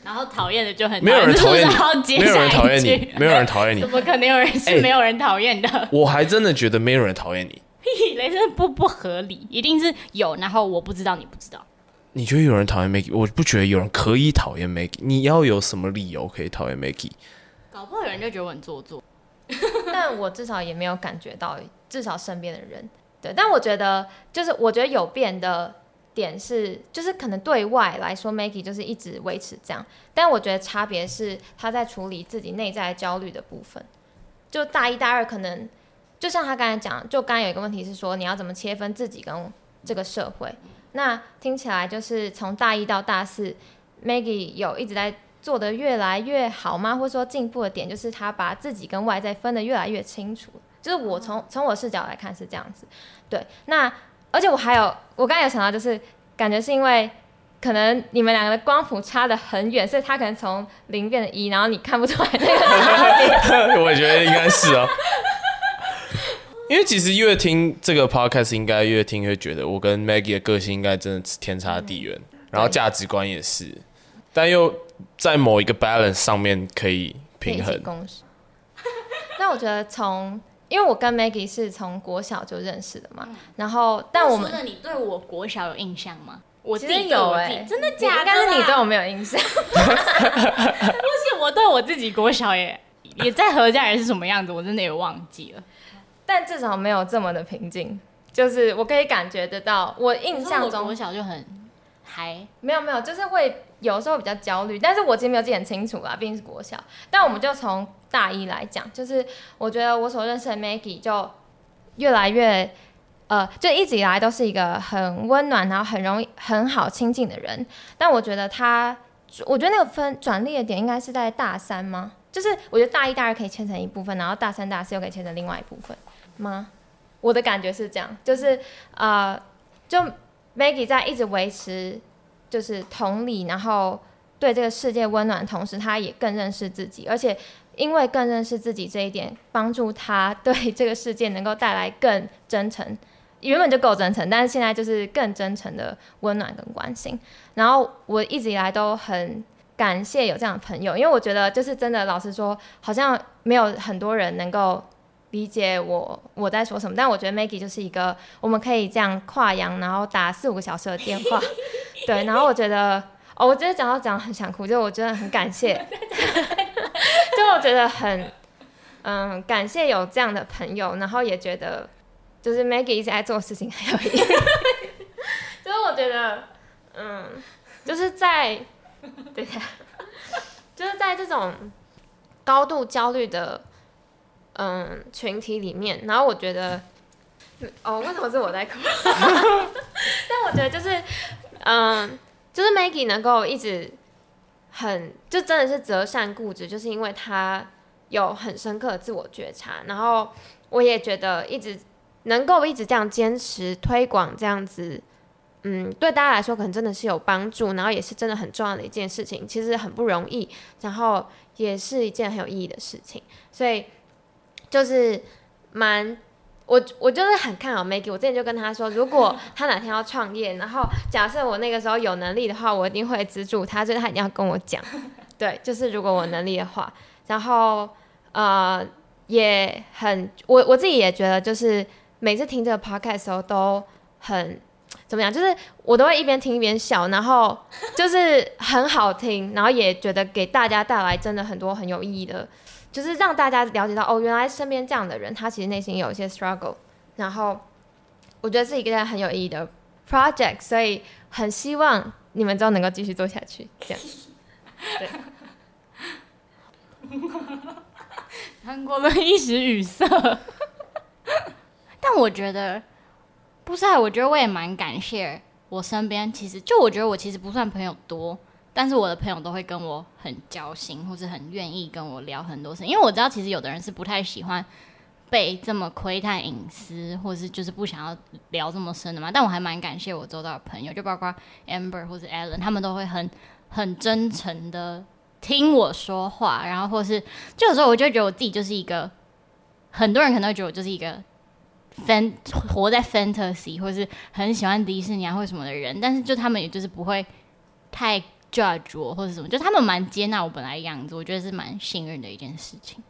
然后讨厌的就很没有人讨厌你， 没有人讨厌你，没有人讨厌你， 怎么可能有人是没有人讨厌的？ 我还真的觉得没有人讨厌你， 屁嘞，这不合理，一定是有，然后我不知道，你不知道。 你觉得有人讨厌 Maggie？ 我不觉得有人可以讨厌 Maggie。你要有什么理由可以讨厌 Maggie？ 搞不好有人就觉得我很做作， 但我至少也没有感觉到，至少身边的人对。但我觉得，就是我觉得有变的点是，就是可能对外来说 ，Maggie 就是一直维持这样，但我觉得差别是他在处理自己内在焦虑的部分。就大一、大二可能，就像他刚才讲，就刚刚有一个问题是说，你要怎么切分自己跟这个社会？那听起来就是从大一到大四 ，Maggie 有一直在做得越来越好吗？或者说进步的点，就是他把自己跟外在分得越来越清楚。就是我从我视角来看是这样子，对。那而且我刚才有想到，就是感觉是因为可能你们两个的光谱差得很远，所以他可能从0变成1，然后你看不出来那个差别。 我也觉得应该是啊。因为其实越听这个 podcast， 应该越听会觉得我跟 Maggie 的个性应该真的是天差地远，然后价值观也是，但又在某一个 balance 上面可以平衡。 那我觉得因为我跟 Maggie 是从国小就认识的嘛，然后但我们说的你对我国小有印象吗？我其实有真的假的？ 应该是你对我没有印象。 不是，我对我自己国小也在何家人是什么样子，我真的也忘记了。 但至少没有这么的平静，就是我可以感觉得到，我印象中国小就很嗨， 没有，就是会有时候比较焦虑，但是我其实没有记得很清楚啦，毕竟是国小。但我们就从大一来讲，就是我觉得我所认识的 Maggie 就越来越就一直以来都是一个很温暖，然后很容易很好亲近的人。但我觉得那个转捩的点应该是在大三吗？就是我觉得大一、大二可以切成一部分，然后大三、大四又可以切成另外一部分吗？我的感觉是这样，就是就 Maggie 在一直维持就是同理，然后对这个世界温暖的同时，他也更认识自己，而且因为更认识自己这一点，帮助他对这个世界能够带来更真诚，原本就够真诚，但是现在就是更真诚的温暖跟关心。然后我一直以来都很感谢有这样的朋友，因为我觉得就是真的，老实说，好像没有很多人能够理解我在说什么。但我觉得 Maggie 就是一个我们可以这样跨洋，然后打4-5个小时的电话，对。然后我觉得，我真的讲到很想哭，就我真的很感谢，就我觉得很感谢有这样的朋友，然后也觉得就是 Maggie 一直在做事情很有意义，就是我觉得就是对呀，就是在这种高度焦虑的群体里面，然后我觉得为什么是我在哭？但我觉得就是就是 Maggie 能够一直就真的是择善固执，就是因为他有很深刻的自我觉察，然后我也觉得能够一直这样坚持推广这样子。对大家来说可能真的是有帮助，然后也是真的很重要的一件事情，其实很不容易，然后也是一件很有意义的事情，所以就是我就是很看好 Maggie。我之前就跟他说，如果他哪天要创业，然后假设我那个时候有能力的话，我一定会资助他，就是他一定要跟我讲，对，就是如果我能力的话，然后也我自己也觉得，就是每次听这个 podcast 的时候都很。怎么样？就是我都会一边听一边笑，然后就是很好听，然后也觉得给大家带来真的很多很有意义的，就是让大家了解到原来身边这样的人，他其实内心有一些 struggle， 然后我觉得是一个很有意义的 project， 所以很希望你们之后能够继续做下去，这样。对。 韩国人一时语塞，但我觉得。不是我觉得我也蛮感谢我身边，其实就我觉得我其实不算朋友多，但是我的朋友都会跟我很交心，或是很愿意跟我聊很多事，因为我知道其实有的人是不太喜欢被这么窥探隐私，或是就是不想要聊这么深的嘛。但我还蛮感谢我周遭的朋友，就包括 Amber 或是 Alan， 他们都会很真诚的听我说话，然后或是就有时候我就觉得我自己就是一个，很多人可能会觉得我就是一个。活在 fantasy 或是很喜欢迪士尼啊或什么的人，但是就他们也就是不会太 judge 我或者什么，就是他们蛮接纳我本来的样子，我觉得是蛮幸运的一件事情。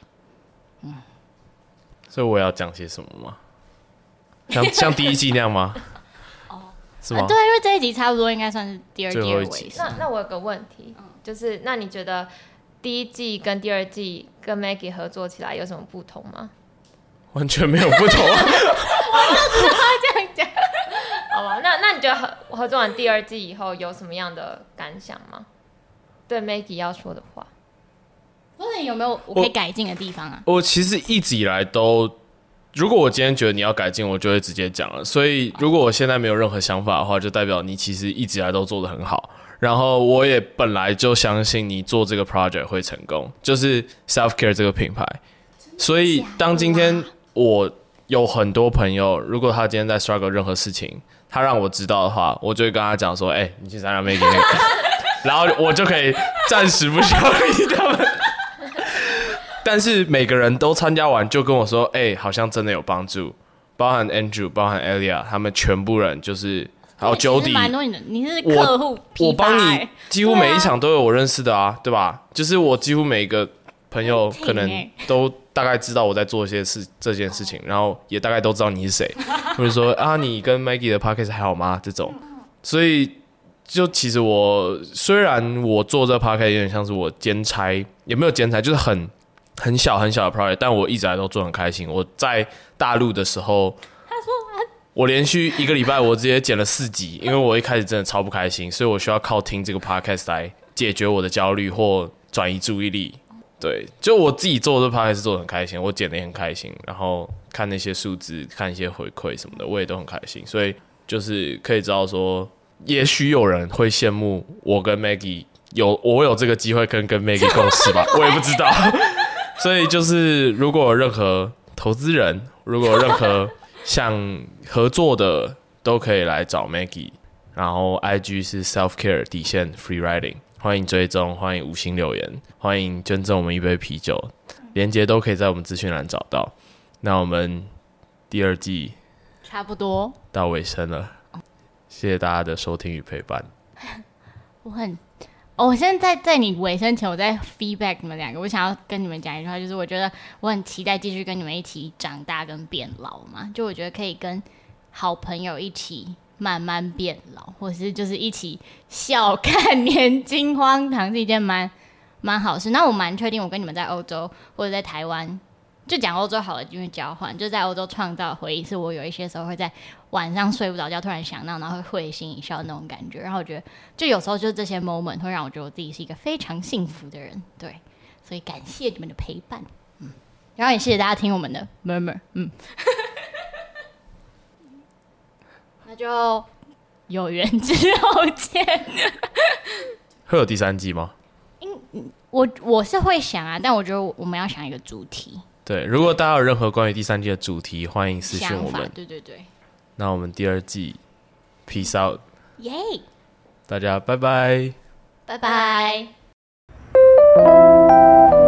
所以我要讲些什么吗？像第一季那样吗？是吗？ 对，因为这一集差不多应该算是第二季的尾声。 那我有个问题，就是那你觉得第一季跟第二季跟 Maggie 合作起来有什么不同吗？ 完全没有不同。 这样讲， 好吧，那你觉得合作完第二季以后有什么样的感想吗？对 Maggie 要说的话， 或者有没有我可以改进的地方啊？ 我其实一直以来都，如果我今天觉得你要改进，我就会直接讲了。所以如果我现在没有任何想法的话，就代表你其实一直以来都做得很好。然后我也本来就相信你做这个 project 会成功，就是 Self Care 这个品牌。所以当今天我有很多朋友，如果他今天在 struggle 任何事情，他让我知道的话，我就会跟他讲说：“你去参加 Maggie 那个。”然后我就可以暂时不需要理他们。但是每个人都参加完就跟我说：“好像真的有帮助。”包含 Andrew， 包含 Elia， 他们全部人就是还有 Jody， 蛮多你是客户我帮你几乎每一场都有我认识的啊，对吧？就是我几乎每一个朋友可能都大概知道我在做这件事情，然后也大概都知道你是谁，或者说你跟 Maggie 的 podcast 还好吗？这种，所以就其实虽然我做这 podcast 有点像是我兼差，也没有兼差，就是很小很小的 project， 但我一直来都做很开心。我在大陆的时候，我连续1个礼拜我直接剪了4集，因为我一开始真的超不开心，所以我需要靠听这个 podcast 来解决我的焦虑或转移注意力。对，就我自己做这 podcast 做得很开心，我剪得也很开心，然后看那些数字，看一些回馈什么的，我也都很开心。所以就是可以知道说，也许有人会羡慕我跟 Maggie 我有这个机会跟 Maggie 共事吧，我也不知道。所以就是如果有任何投资人，如果有任何想合作的，都可以来找 Maggie， 然后 IG 是 selfcare _free riding， 欢迎追踪，欢迎5星留言，欢迎捐赠我们1杯啤酒，连结都可以在我们资讯栏找到。那我们第2季差不多到尾声了，谢谢大家的收听与陪伴。 我现在在你尾声前，我在 feedback 你们2个，我想要跟你们讲一句话，就是我觉得我很期待继续跟你们一起长大跟变老嘛，就我觉得可以跟好朋友一起慢慢变老，或是就是一起笑看年金荒唐，是一件蛮好事。那我蛮确定，我跟你们在欧洲或者在台湾，就讲欧洲好了，因为交换就在欧洲创造的回忆，是我有一些时候会在晚上睡不着觉，突然想到，然后会会心一笑那种感觉。然后我觉得，就有时候就这些 moment 会让我觉得我自己是一个非常幸福的人。对，所以感谢你们的陪伴，然后也谢谢大家听我们的 murmur，那就有缘之后见。 会有第3季吗？ 我是会想啊，但我觉得我们要想一个主题。 对，如果大家有任何关于第3季的主题，欢迎私讯我们。 对。 那我们第2季 peace out， 耶！ 大家拜拜， 拜拜。